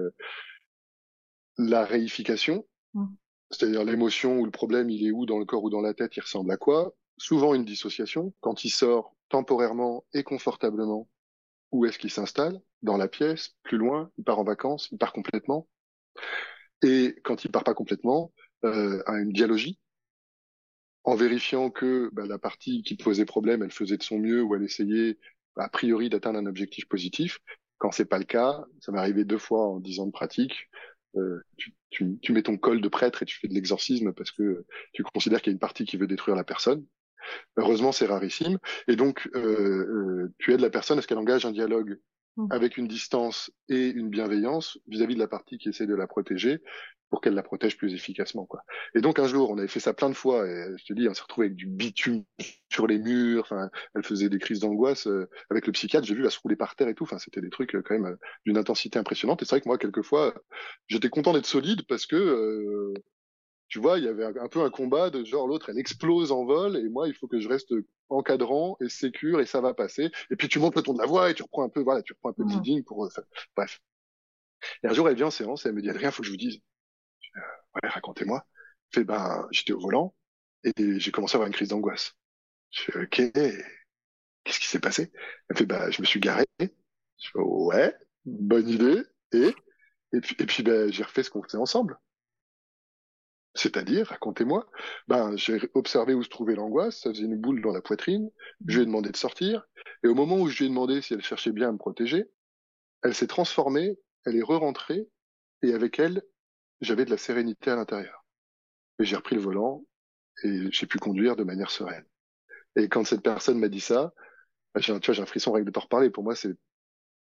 [SPEAKER 1] la réification.
[SPEAKER 2] Mm.
[SPEAKER 1] C'est-à-dire l'émotion ou le problème, il est où dans le corps ou dans la tête, il ressemble à quoi? Souvent une dissociation. Quand il sort temporairement et confortablement, où est-ce qu'il s'installe? Dans la pièce, plus loin, il part en vacances, il part complètement. Et quand il part pas complètement, à une dialogie, en vérifiant que bah, la partie qui posait problème, elle faisait de son mieux ou elle essayait a priori d'atteindre un objectif positif. Quand c'est pas le cas, ça m'est arrivé 2 fois en 10 ans de pratique. Tu mets ton col de prêtre et tu fais de l'exorcisme parce que tu considères qu'il y a une partie qui veut détruire la personne. Heureusement, c'est rarissime. Et donc, tu aides la personne à ce qu'elle engage un dialogue
[SPEAKER 2] Mm.
[SPEAKER 1] avec une distance et une bienveillance vis-à-vis de la partie qui essaie de la protéger pour qu'elle la protège plus efficacement, quoi. Et donc, un jour, on avait fait ça plein de fois et je te dis, on s'est retrouvé avec du bitume sur les murs. Enfin, elle faisait des crises d'angoisse. Avec le psychiatre, j'ai vu la se rouler par terre et tout. Enfin, c'était des trucs quand même d'une intensité impressionnante. Et c'est vrai que moi, quelquefois, j'étais content d'être solide parce que tu vois, il y avait un peu un combat de genre l'autre, elle explose en vol et moi, il faut que je reste encadrant et sécure et ça va passer. Et puis tu montes le ton de la voix et tu reprends un peu, voilà, tu reprends un peu de
[SPEAKER 2] Mm.
[SPEAKER 1] leading pour, bref. Et un jour, elle vient en séance et elle me dit, Adrien, faut que je vous dise. Ouais, racontez-moi. Fait, ben, j'étais au volant et j'ai commencé à avoir une crise d'angoisse. Je fais, ok, qu'est-ce qui s'est passé? Elle fait, bah, je me suis garé. Je fais, ouais, bonne idée. Et puis, ben, j'ai refait ce qu'on faisait ensemble. C'est-à-dire, racontez-moi. Ben, j'ai observé où se trouvait l'angoisse, ça faisait une boule dans la poitrine, je lui ai demandé de sortir, et au moment où je lui ai demandé si elle cherchait bien à me protéger, elle s'est transformée, elle est re-rentrée, et avec elle, j'avais de la sérénité à l'intérieur. Et j'ai repris le volant, et j'ai pu conduire de manière sereine. Et quand cette personne m'a dit ça, tu vois, j'ai un frisson rien que de t'en reparler. Pour moi,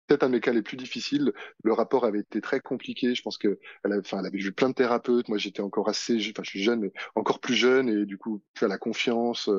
[SPEAKER 1] peut-être un de mes cas les plus difficiles. Le rapport avait été très compliqué. Je pense que elle avait vu plein de thérapeutes. Moi, j'étais encore enfin, je suis jeune, mais encore plus jeune, et du coup, tu as la confiance.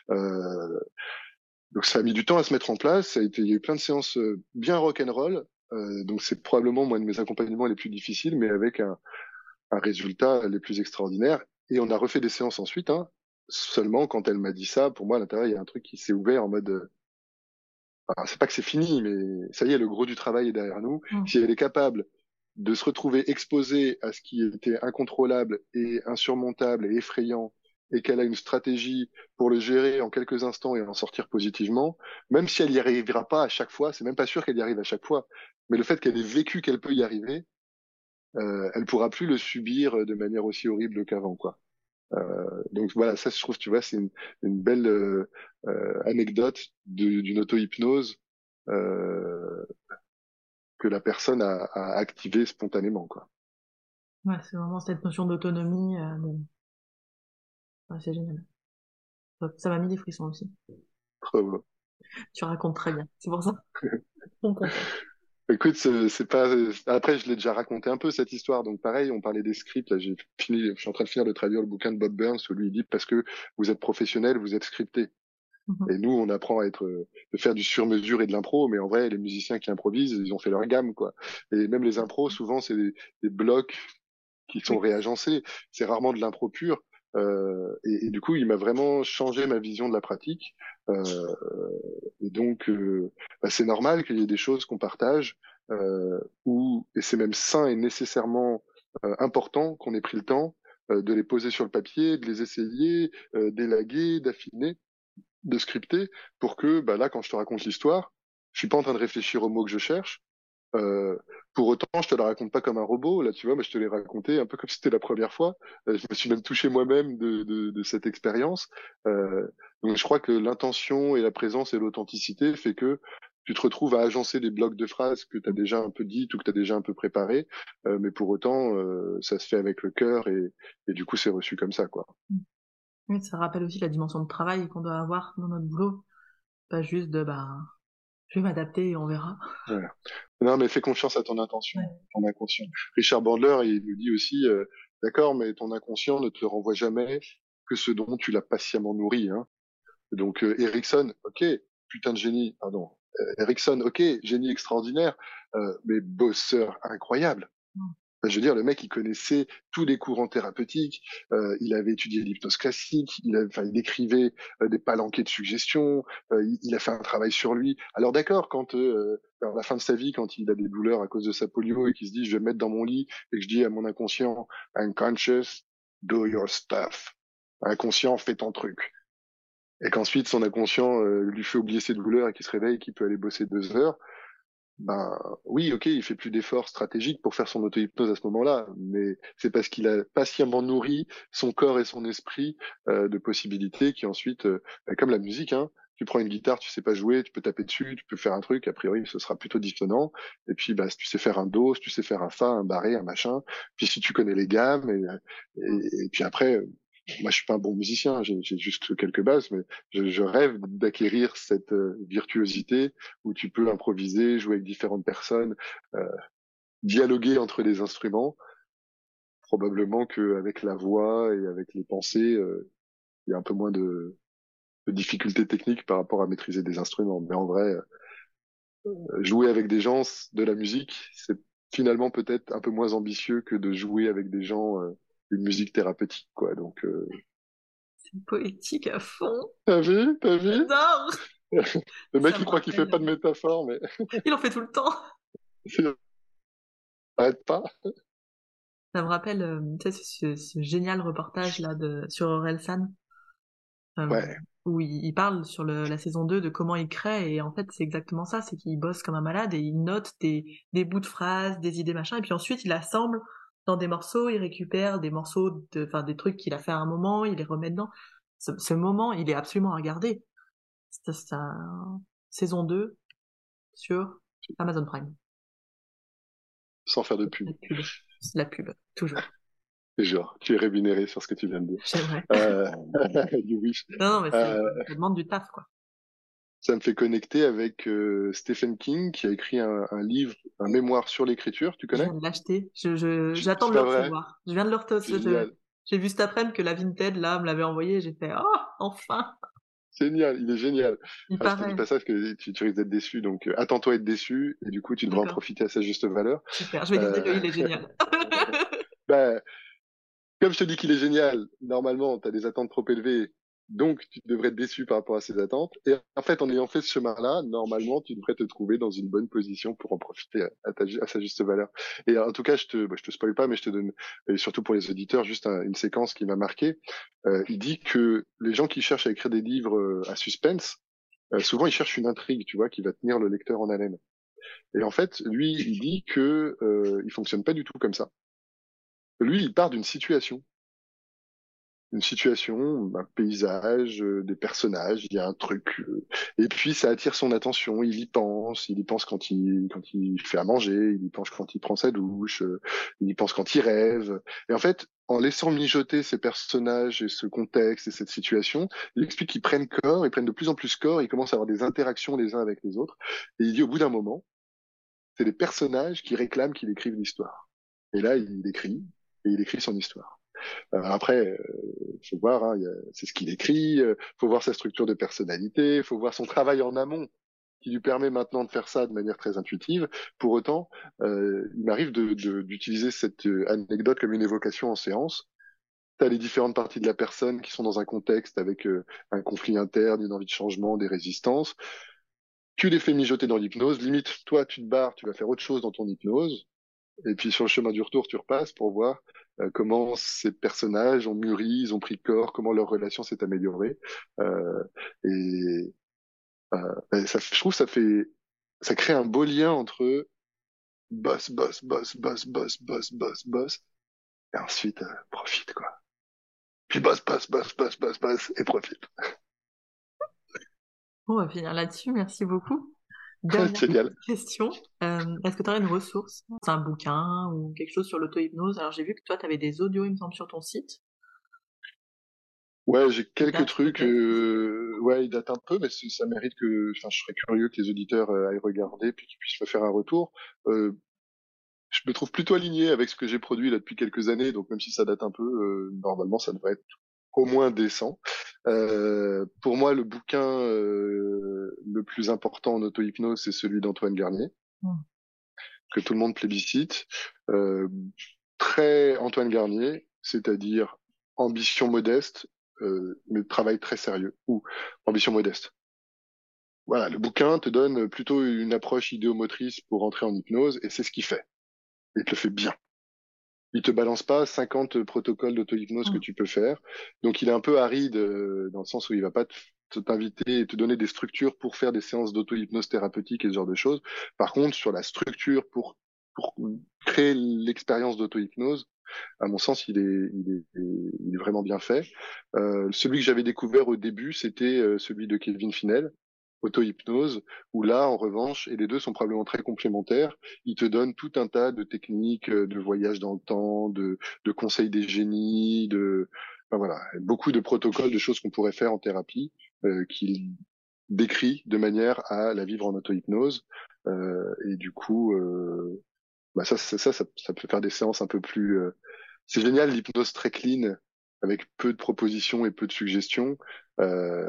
[SPEAKER 1] Donc, ça a mis du temps à se mettre en place. Il y a eu plein de séances bien rock'n'roll. Donc, c'est probablement moi de mes accompagnements les plus difficiles, mais avec un résultat les plus extraordinaires. Et on a refait des séances ensuite. Hein. Seulement, quand elle m'a dit ça, pour moi, à l'intérieur, il y a un truc qui s'est ouvert en mode enfin, c'est pas que c'est fini, mais ça y est, le gros du travail est derrière nous.
[SPEAKER 2] Mm.
[SPEAKER 1] Si elle est capable de se retrouver exposée à ce qui était incontrôlable et insurmontable et effrayant, et qu'elle a une stratégie pour le gérer en quelques instants et en sortir positivement, même si elle y arrivera pas à chaque fois, c'est même pas sûr qu'elle y arrive à chaque fois, mais le fait qu'elle ait vécu qu'elle peut y arriver, elle pourra plus le subir de manière aussi horrible qu'avant, quoi. Donc voilà, ça je trouve, tu vois, c'est une belle anecdote d'une auto-hypnose euh, que la personne a activée spontanément, quoi.
[SPEAKER 2] Ouais, c'est vraiment cette notion d'autonomie. Ouais, c'est génial. Ça m'a mis des frissons aussi.
[SPEAKER 1] Bravo.
[SPEAKER 2] Tu racontes très bien. C'est pour ça qu'on contente.
[SPEAKER 1] Écoute, c'est pas. Après, je l'ai déjà raconté un peu cette histoire. Donc pareil, on parlait des scripts. Là, je suis en train de finir de traduire le bouquin de Bob Burns où lui il dit parce que vous êtes professionnel, vous êtes scripté.
[SPEAKER 2] Mhm.
[SPEAKER 1] Et nous, on apprend à de faire du sur-mesure et de l'impro, mais en vrai, les musiciens qui improvisent, ils ont fait leur gamme, quoi. Et même les impros, souvent, c'est des blocs qui sont
[SPEAKER 2] Oui.
[SPEAKER 1] réagencés. C'est rarement de l'impro pur. Et du coup, il m'a vraiment changé ma vision de la pratique. Euh, et donc, bah, c'est normal qu'il y ait des choses qu'on partage, et c'est même sain et nécessairement important qu'on ait pris le temps de les poser sur le papier, de les essayer, d'élaguer, d'affiner, de scripter, pour que, bah là, quand je te raconte l'histoire, je suis pas en train de réfléchir aux mots que je cherche. Euh, pour autant, je te la raconte pas comme un robot. Là, tu vois, moi, je te l'ai raconté un peu comme si c'était la première fois. Je me suis même touché moi-même de cette expérience. Euh, donc, je crois que l'intention et la présence et l'authenticité fait que tu te retrouves à agencer des blocs de phrases que tu as déjà un peu dites ou que tu as déjà un peu préparées, mais pour autant, ça se fait avec le cœur et du coup, c'est reçu comme ça, quoi.
[SPEAKER 2] Oui, ça rappelle aussi la dimension de travail qu'on doit avoir dans notre boulot. Pas juste de, bah, je vais m'adapter et on verra.
[SPEAKER 1] Ouais. Non, mais fais confiance à ton intention,
[SPEAKER 2] Ouais.
[SPEAKER 1] ton inconscient. Richard Bandler, il nous dit aussi, d'accord, mais ton inconscient ne te renvoie jamais que ce dont tu l'as patiemment nourri. Hein. Donc Erickson, ok, putain de génie, pardon. Erickson, ok, génie extraordinaire, mais bosseur incroyable.
[SPEAKER 2] Mm.
[SPEAKER 1] Enfin, je veux dire, le mec, il connaissait tous les courants thérapeutiques, il avait étudié l'hypnose classique, enfin, il écrivait des palanquets de suggestions, il a fait un travail sur lui. Alors d'accord, quand vers la fin de sa vie, quand il a des douleurs à cause de sa polio et qu'il se dit, je vais me mettre dans mon lit et que je dis à mon inconscient, unconscious, do your stuff. Inconscient, fais ton truc. Et qu'ensuite son inconscient lui fait oublier ses douleurs et qu'il se réveille et qu'il peut aller bosser 2 heures, ben oui, ok, il fait plus d'efforts stratégiques pour faire son auto-hypnose à ce moment-là, mais c'est parce qu'il a patiemment nourri son corps et son esprit de possibilités qui ensuite, comme la musique, hein, tu prends une guitare, tu sais pas jouer, tu peux taper dessus, tu peux faire un truc, a priori ce sera plutôt dissonant, et puis bah si tu sais faire un do, si tu sais faire un fa, un barré, un machin, puis si tu connais les gammes, et puis après, moi je suis pas un bon musicien, j'ai juste quelques bases, mais je rêve d'acquérir cette virtuosité où tu peux improviser, jouer avec différentes personnes, euh, dialoguer entre les instruments. Probablement qu'avec la voix et avec les pensées, il y a un peu moins de difficultés techniques par rapport à maîtriser des instruments. Mais en vrai, jouer avec des gens de la musique, c'est finalement peut-être un peu moins ambitieux que de jouer avec des gens une musique thérapeutique, quoi. Donc,
[SPEAKER 2] C'est poétique à fond.
[SPEAKER 1] t'as vu, t'as vu?
[SPEAKER 2] J'adore.
[SPEAKER 1] Le mec,
[SPEAKER 2] Ça
[SPEAKER 1] il
[SPEAKER 2] me
[SPEAKER 1] croit qu'il fait
[SPEAKER 2] rappelle.
[SPEAKER 1] pas de métaphore, mais
[SPEAKER 2] Il en fait tout le temps.
[SPEAKER 1] arrête pas.
[SPEAKER 2] Ça me rappelle, tu sais, ce génial reportage là sur Orelsan, euh,
[SPEAKER 1] Ouais,
[SPEAKER 2] où il parle sur la saison 2 de comment il crée, et en fait c'est exactement ça, c'est qu'il bosse comme un malade et il note des bouts de phrases, des idées machin, et puis ensuite il assemble dans des morceaux, il récupère des morceaux, enfin des trucs qu'il a fait à un moment, il les remet dedans. Ce moment, il est absolument à regarder. C'est saison 2 sur Amazon Prime.
[SPEAKER 1] sans faire de pub.
[SPEAKER 2] La pub. C'est la pub, toujours.
[SPEAKER 1] Genre, tu es rémunéré sur ce que tu viens de dire.
[SPEAKER 2] J'aimerais.
[SPEAKER 1] Euh, you wish.
[SPEAKER 2] Non, non, mais
[SPEAKER 1] Euh,
[SPEAKER 2] ça demande du taf, quoi.
[SPEAKER 1] ça me fait connecter avec Stephen King qui a écrit un livre, un mémoire sur l'écriture. Tu
[SPEAKER 2] Je
[SPEAKER 1] connais?
[SPEAKER 2] viens de l'acheter. J'attends
[SPEAKER 1] C'est
[SPEAKER 2] de le
[SPEAKER 1] pas vrai?
[SPEAKER 2] recevoir. Je viens de le
[SPEAKER 1] C'est
[SPEAKER 2] recevoir.
[SPEAKER 1] génial.
[SPEAKER 2] J'ai vu cet après-midi que la Vinted, là, me l'avait envoyé. J'ai fait, oh, enfin!
[SPEAKER 1] Génial, il est génial.
[SPEAKER 2] Il
[SPEAKER 1] Ah, je te dis
[SPEAKER 2] paraît.
[SPEAKER 1] pas ça parce que tu risques d'être déçu, donc attends-toi à être déçu et du coup tu devras en
[SPEAKER 2] D'accord.
[SPEAKER 1] profiter à sa juste valeur.
[SPEAKER 2] Super. Je vais lui dire,
[SPEAKER 1] Euh,
[SPEAKER 2] il est génial.
[SPEAKER 1] bah, comme je te dis qu'il est génial, normalement tu as des attentes trop élevées, donc tu devrais être déçu par rapport à ces attentes. Et en fait, en ayant fait ce chemin-là, normalement tu devrais te trouver dans une bonne position pour en profiter à sa juste valeur. Et en tout cas, je te spoil pas, mais je te donne, et surtout pour les auditeurs, juste une séquence qui m'a marqué. Il dit que les gens qui cherchent à écrire des livres à suspense, souvent, il cherche une intrigue, tu vois, qui va tenir le lecteur en haleine. Et en fait, lui, il dit que il fonctionne pas du tout comme ça. Lui, il part d'une situation, un paysage, des personnages, il y a un truc, et puis ça attire son attention. Il y pense quand il fait à manger, il y pense quand il prend sa douche, il y pense quand il rêve. Et en fait, en laissant mijoter ces personnages et ce contexte et cette situation, il explique qu'ils prennent corps, ils prennent de plus en plus corps, ils commencent à avoir des interactions les uns avec les autres. Et il dit au bout d'un moment, c'est les personnages qui réclament qu'il écrive l'histoire. Et là, il écrit, et il écrit son histoire. Après, faut voir, hein, c'est ce qu'il écrit, faut voir sa structure de personnalité, faut voir son travail en amont qui lui permet maintenant de faire ça de manière très intuitive. Pour autant, il m'arrive d'utiliser cette anecdote comme une évocation en séance. T'as les différentes parties de la personne qui sont dans un contexte avec un conflit interne, une envie de changement, des résistances. Tu les fais mijoter dans l'hypnose. Limite, toi, tu te barres, tu vas faire autre chose dans ton hypnose. Et puis sur le chemin du retour, tu repasses pour voir comment ces personnages ont mûri, ils ont pris corps, comment leur relation s'est améliorée. Euh, et ça, je trouve, ça crée un beau lien entre boss, boss, boss, boss, boss, boss, boss, boss, et ensuite profite quoi. Puis boss, boss, boss, boss, boss, boss, et profite.
[SPEAKER 2] On va finir là-dessus. Merci beaucoup. Dernière
[SPEAKER 1] Génial.
[SPEAKER 2] question. Est-ce que tu aurais une ressource? C'est un bouquin ou quelque chose sur l'auto-hypnose? Alors, j'ai vu que toi, tu avais des audios, il me semble, sur ton site.
[SPEAKER 1] Ouais, j'ai
[SPEAKER 2] Qui
[SPEAKER 1] quelques
[SPEAKER 2] datent
[SPEAKER 1] trucs.
[SPEAKER 2] peut-être.
[SPEAKER 1] Ouais, ils datent un peu, mais ça mérite que. Enfin, je serais curieux que les auditeurs aillent regarder puis qu'ils puissent me faire un retour. Je me trouve plutôt aligné avec ce que j'ai produit là depuis quelques années, donc même si ça date un peu, normalement ça devrait être au moins décent. Pour moi, le bouquin le plus important en auto-hypnose, c'est celui d'Antoine Garnier,
[SPEAKER 2] Hmm.
[SPEAKER 1] que tout le monde plébiscite. Euh, Très Antoine Garnier, c'est-à-dire ambition modeste, mais travail très sérieux, ou ambition modeste. Voilà, le bouquin te donne plutôt une approche idéomotrice pour entrer en hypnose, et c'est ce qu'il fait. Il te le fait bien. Il te balance pas 50 protocoles d'auto-hypnose que
[SPEAKER 2] Hmm.
[SPEAKER 1] tu peux faire. Donc il est un peu aride dans le sens où il va pas t'inviter et te donner des structures pour faire des séances d'auto-hypnose thérapeutique et ce genre de choses. Par contre, sur la structure pour créer l'expérience d'auto-hypnose, à mon sens, il est vraiment bien fait. Celui que j'avais découvert au début, c'était celui de Kevin Finel, auto-hypnose, où là, en revanche, et les deux sont probablement très complémentaires, il te donne tout un tas de techniques de voyage dans le temps, de conseils des génies, enfin, voilà, beaucoup de protocoles, de choses qu'on pourrait faire en thérapie, qu'il décrit de manière à la vivre en auto-hypnose. Et du coup, bah ça peut faire des séances un peu plus. C'est génial, l'hypnose très clean, avec peu de propositions et peu de suggestions. Euh,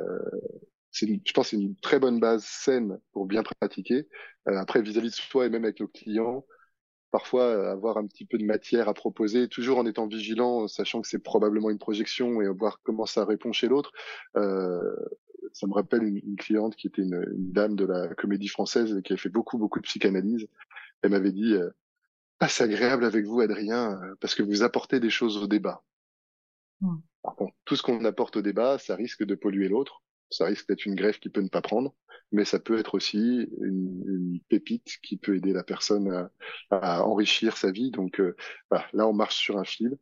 [SPEAKER 1] je pense, que c'est une très bonne base saine pour bien pratiquer. Après, vis-à-vis de soi et même avec nos clients, parfois avoir un petit peu de matière à proposer, toujours en étant vigilant, sachant que c'est probablement une projection et voir comment ça répond chez l'autre. Euh, Ça me rappelle une cliente qui était une dame de la comédie française et qui avait fait beaucoup de psychanalyse. Elle m'avait dit ah, c'est agréable avec vous, Adrien, parce que vous apportez des choses au débat.
[SPEAKER 2] Hmm.
[SPEAKER 1] Par contre, tout ce qu'on apporte au débat, ça risque de polluer l'autre. Ça risque d'être une greffe qui peut ne pas prendre, mais ça peut être aussi une pépite qui peut aider la personne à enrichir sa vie. Donc voilà, là, on marche sur un fil.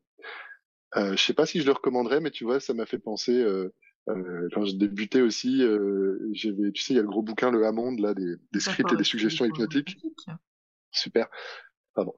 [SPEAKER 1] Je sais pas si je le recommanderais, mais tu vois, ça m'a fait penser quand je débutais aussi. Tu sais, il y a le gros bouquin Le Hammond là, des scripts et
[SPEAKER 2] D'accord,
[SPEAKER 1] des
[SPEAKER 2] c'est
[SPEAKER 1] suggestions hypnotiques.
[SPEAKER 2] hypnotique.
[SPEAKER 1] Super. Pardon.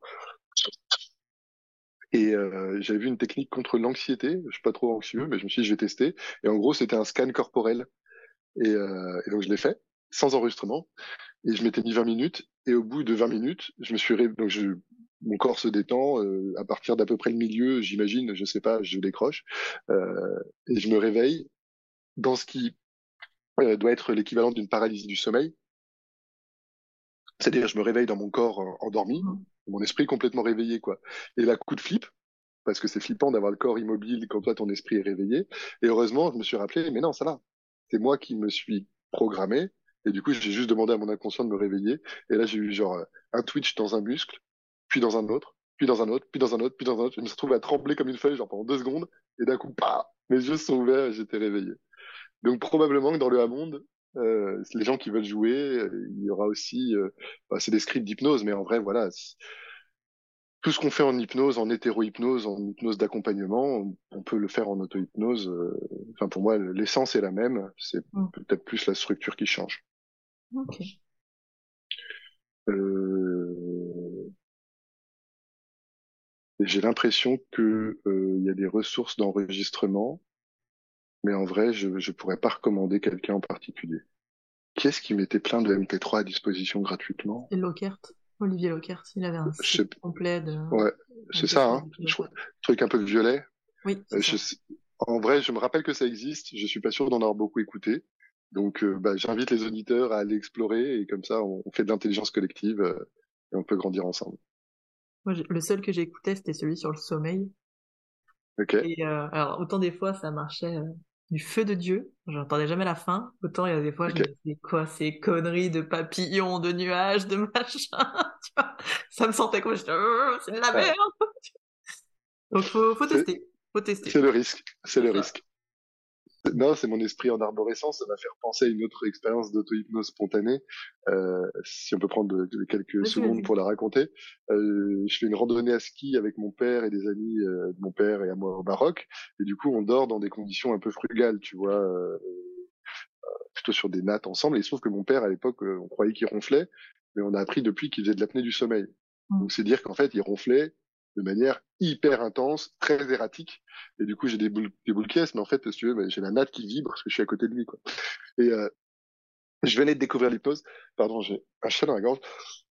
[SPEAKER 1] Et j'avais vu une technique contre l'anxiété. Je suis pas trop anxieux, mais je me suis dit je vais tester. Et en gros, c'était un scan corporel. Et donc je l'ai fait. sans enregistrement. Et je m'étais mis 20 minutes. Et au bout de 20 minutes, je me suis réveillé. Donc mon corps se détend. À partir d'à peu près le milieu, j'imagine, je sais pas, je décroche. Et je me réveille dans ce qui doit être l'équivalent d'une paralysie du sommeil. C'est-à-dire, je me réveille dans mon corps endormi, mon esprit complètement réveillé, quoi. Et là, coup de flip, parce que c'est flippant d'avoir le corps immobile quand toi, ton esprit est réveillé. Et heureusement, je me suis rappelé, mais non, ça va. C'est moi qui me suis programmé. Et du coup, j'ai juste demandé à mon inconscient de me réveiller. Et là, j'ai eu genre un twitch dans un muscle, puis dans un autre, puis dans un autre, puis dans un autre, puis dans un autre. Je me suis retrouvé à trembler comme une feuille, genre pendant 2 secondes. Et d'un coup, bah, mes yeux se sont ouverts et j'étais réveillé. Donc probablement que dans le Hamonde, les gens qui veulent jouer, il y aura aussi, c'est des scripts d'hypnose, mais en vrai, voilà, tout ce qu'on fait en hypnose, en hétéro-hypnose, en hypnose d'accompagnement, on peut le faire en auto-hypnose. Enfin, pour moi, l'essence est la même. C'est peut-être plus la structure qui change.
[SPEAKER 2] Ok.
[SPEAKER 1] Et j'ai l'impression que il y a des ressources d'enregistrement, mais en vrai, je pourrais pas recommander quelqu'un en particulier. Qui est-ce qui mettait plein de MP3 à disposition gratuitement?
[SPEAKER 2] Et Lockhart, Olivier Lockhart, il avait un site complet de...
[SPEAKER 1] Ouais, c'est ça, hein. Truc un peu violet.
[SPEAKER 2] Oui, c'est ça.
[SPEAKER 1] En vrai, je me rappelle que ça existe. Je suis pas sûr d'en avoir beaucoup écouté. Donc, j'invite les auditeurs à aller explorer et comme ça, on fait de l'intelligence collective et on peut grandir ensemble.
[SPEAKER 2] Moi, le seul que j'écoutais, c'était celui sur le sommeil.
[SPEAKER 1] Ok.
[SPEAKER 2] Et alors, autant des fois, ça marchait du feu de Dieu. J'entendais jamais la fin. Autant il y a des fois, je me disais, quoi, ces conneries de papillons, de nuages, de machin, tu vois. Ça me sentait comme, c'est de la merde. Donc, faut tester. Faut tester.
[SPEAKER 1] C'est le risque. C'est le risque. Non, c'est mon esprit en arborescence. Ça m'a fait repenser à une autre expérience d'auto-hypnose spontanée. Si on peut prendre quelques secondes pour la raconter. Je fais une randonnée à ski avec mon père et des amis de mon père et à moi au Maroc. Et du coup, on dort dans des conditions un peu frugales, tu vois, plutôt sur des nattes ensemble. Et il se trouve que mon père, à l'époque, on croyait qu'il ronflait, mais on a appris depuis qu'il faisait de l'apnée du sommeil. Donc c'est dire qu'en fait, il ronflait de manière hyper intense, très erratique. Et du coup, j'ai des boules caisses, mais en fait, si tu veux, j'ai la natte qui vibre parce que je suis à côté de lui, quoi. Et je venais de découvrir l'hypnose. Pardon, j'ai un chat dans la gorge.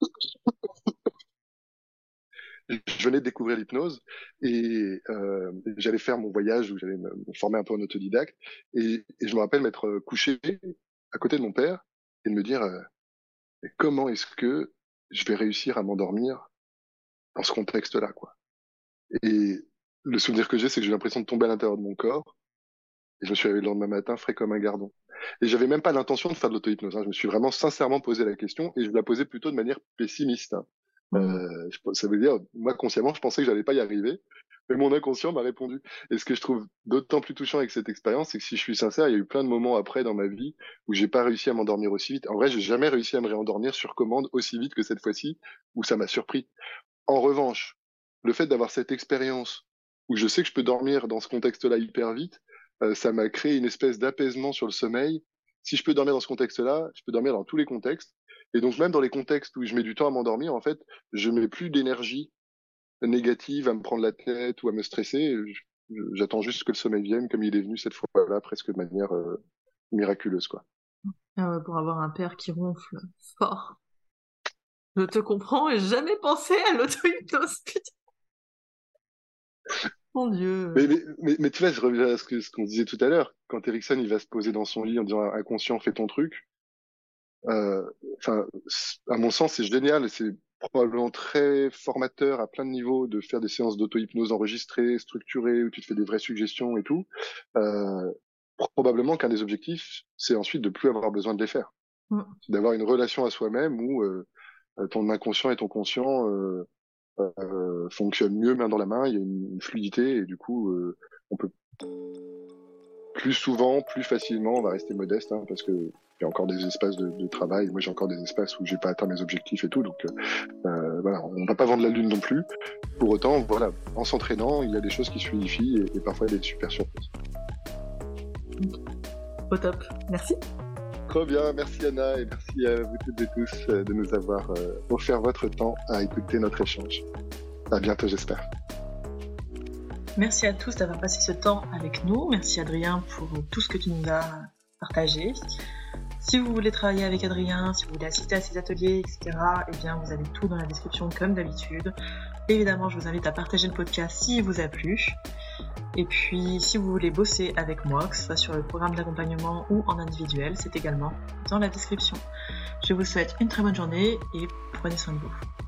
[SPEAKER 1] Je venais de découvrir l'hypnose et j'allais faire mon voyage où j'allais me former un peu en autodidacte. Et je me rappelle m'être couché à côté de mon père et de me dire comment est-ce que je vais réussir à m'endormir dans ce contexte-là, quoi. Et le souvenir que j'ai, c'est que j'ai l'impression de tomber à l'intérieur de mon corps. Et je me suis réveillé le lendemain matin frais comme un gardon. Et j'avais même pas l'intention de faire de l'auto-hypnose. Je me suis vraiment sincèrement posé la question et je la posais plutôt de manière pessimiste. Ça veut dire, moi consciemment, je pensais que j'allais pas y arriver, mais mon inconscient m'a répondu. Et ce que je trouve d'autant plus touchant avec cette expérience, c'est que si je suis sincère, il y a eu plein de moments après dans ma vie où j'ai pas réussi à m'endormir aussi vite. En vrai, j'ai jamais réussi à me réendormir sur commande aussi vite que cette fois-ci, où ça m'a surpris. En revanche, le fait d'avoir cette expérience où je sais que je peux dormir dans ce contexte-là hyper vite, ça m'a créé une espèce d'apaisement sur le sommeil. Si je peux dormir dans ce contexte-là, je peux dormir dans tous les contextes. Et donc même dans les contextes où je mets du temps à m'endormir, en fait, je mets plus d'énergie négative à me prendre la tête ou à me stresser. J'attends juste que le sommeil vienne, comme il est venu cette fois-là, presque de manière miraculeuse, quoi.
[SPEAKER 2] Pour avoir un père qui ronfle fort. Je te comprends et jamais pensé à l'auto-hypnose, putain. Mon Dieu.
[SPEAKER 1] Mais tu vois, je reviens à ce qu'on disait tout à l'heure. Quand Erickson, il va se poser dans son lit en disant inconscient, fais ton truc. Enfin, à mon sens, c'est génial. C'est probablement très formateur à plein de niveaux de faire des séances d'auto-hypnose enregistrées, structurées, où tu te fais des vraies suggestions et tout. Probablement qu'un des objectifs, c'est ensuite de plus avoir besoin de les faire. C'est d'avoir une relation à soi-même où ton inconscient et ton conscient fonctionnent mieux main dans la main. Il y a une fluidité et du coup, on peut plus souvent, plus facilement, on va rester modeste, hein, parce que il y a encore des espaces de travail. Moi, j'ai encore des espaces où j'ai pas atteint mes objectifs et tout. Donc, voilà, on va pas vendre la lune non plus. Pour autant, voilà, en s'entraînant, il y a des choses qui se fluidifient et parfois des super surprises.
[SPEAKER 2] Au top. Merci.
[SPEAKER 1] Trop bien. Merci Anna et merci à vous toutes et tous de nous avoir offert votre temps à écouter notre échange. À bientôt, j'espère.
[SPEAKER 2] Merci à tous d'avoir passé ce temps avec nous. Merci Adrien pour tout ce que tu nous as partagé. Si vous voulez travailler avec Adrien, si vous voulez assister à ses ateliers, etc., eh bien vous avez tout dans la description comme d'habitude. Évidemment, je vous invite à partager le podcast s'il vous a plu. Et puis, si vous voulez bosser avec moi, que ce soit sur le programme d'accompagnement ou en individuel, c'est également dans la description. Je vous souhaite une très bonne journée et prenez soin de vous.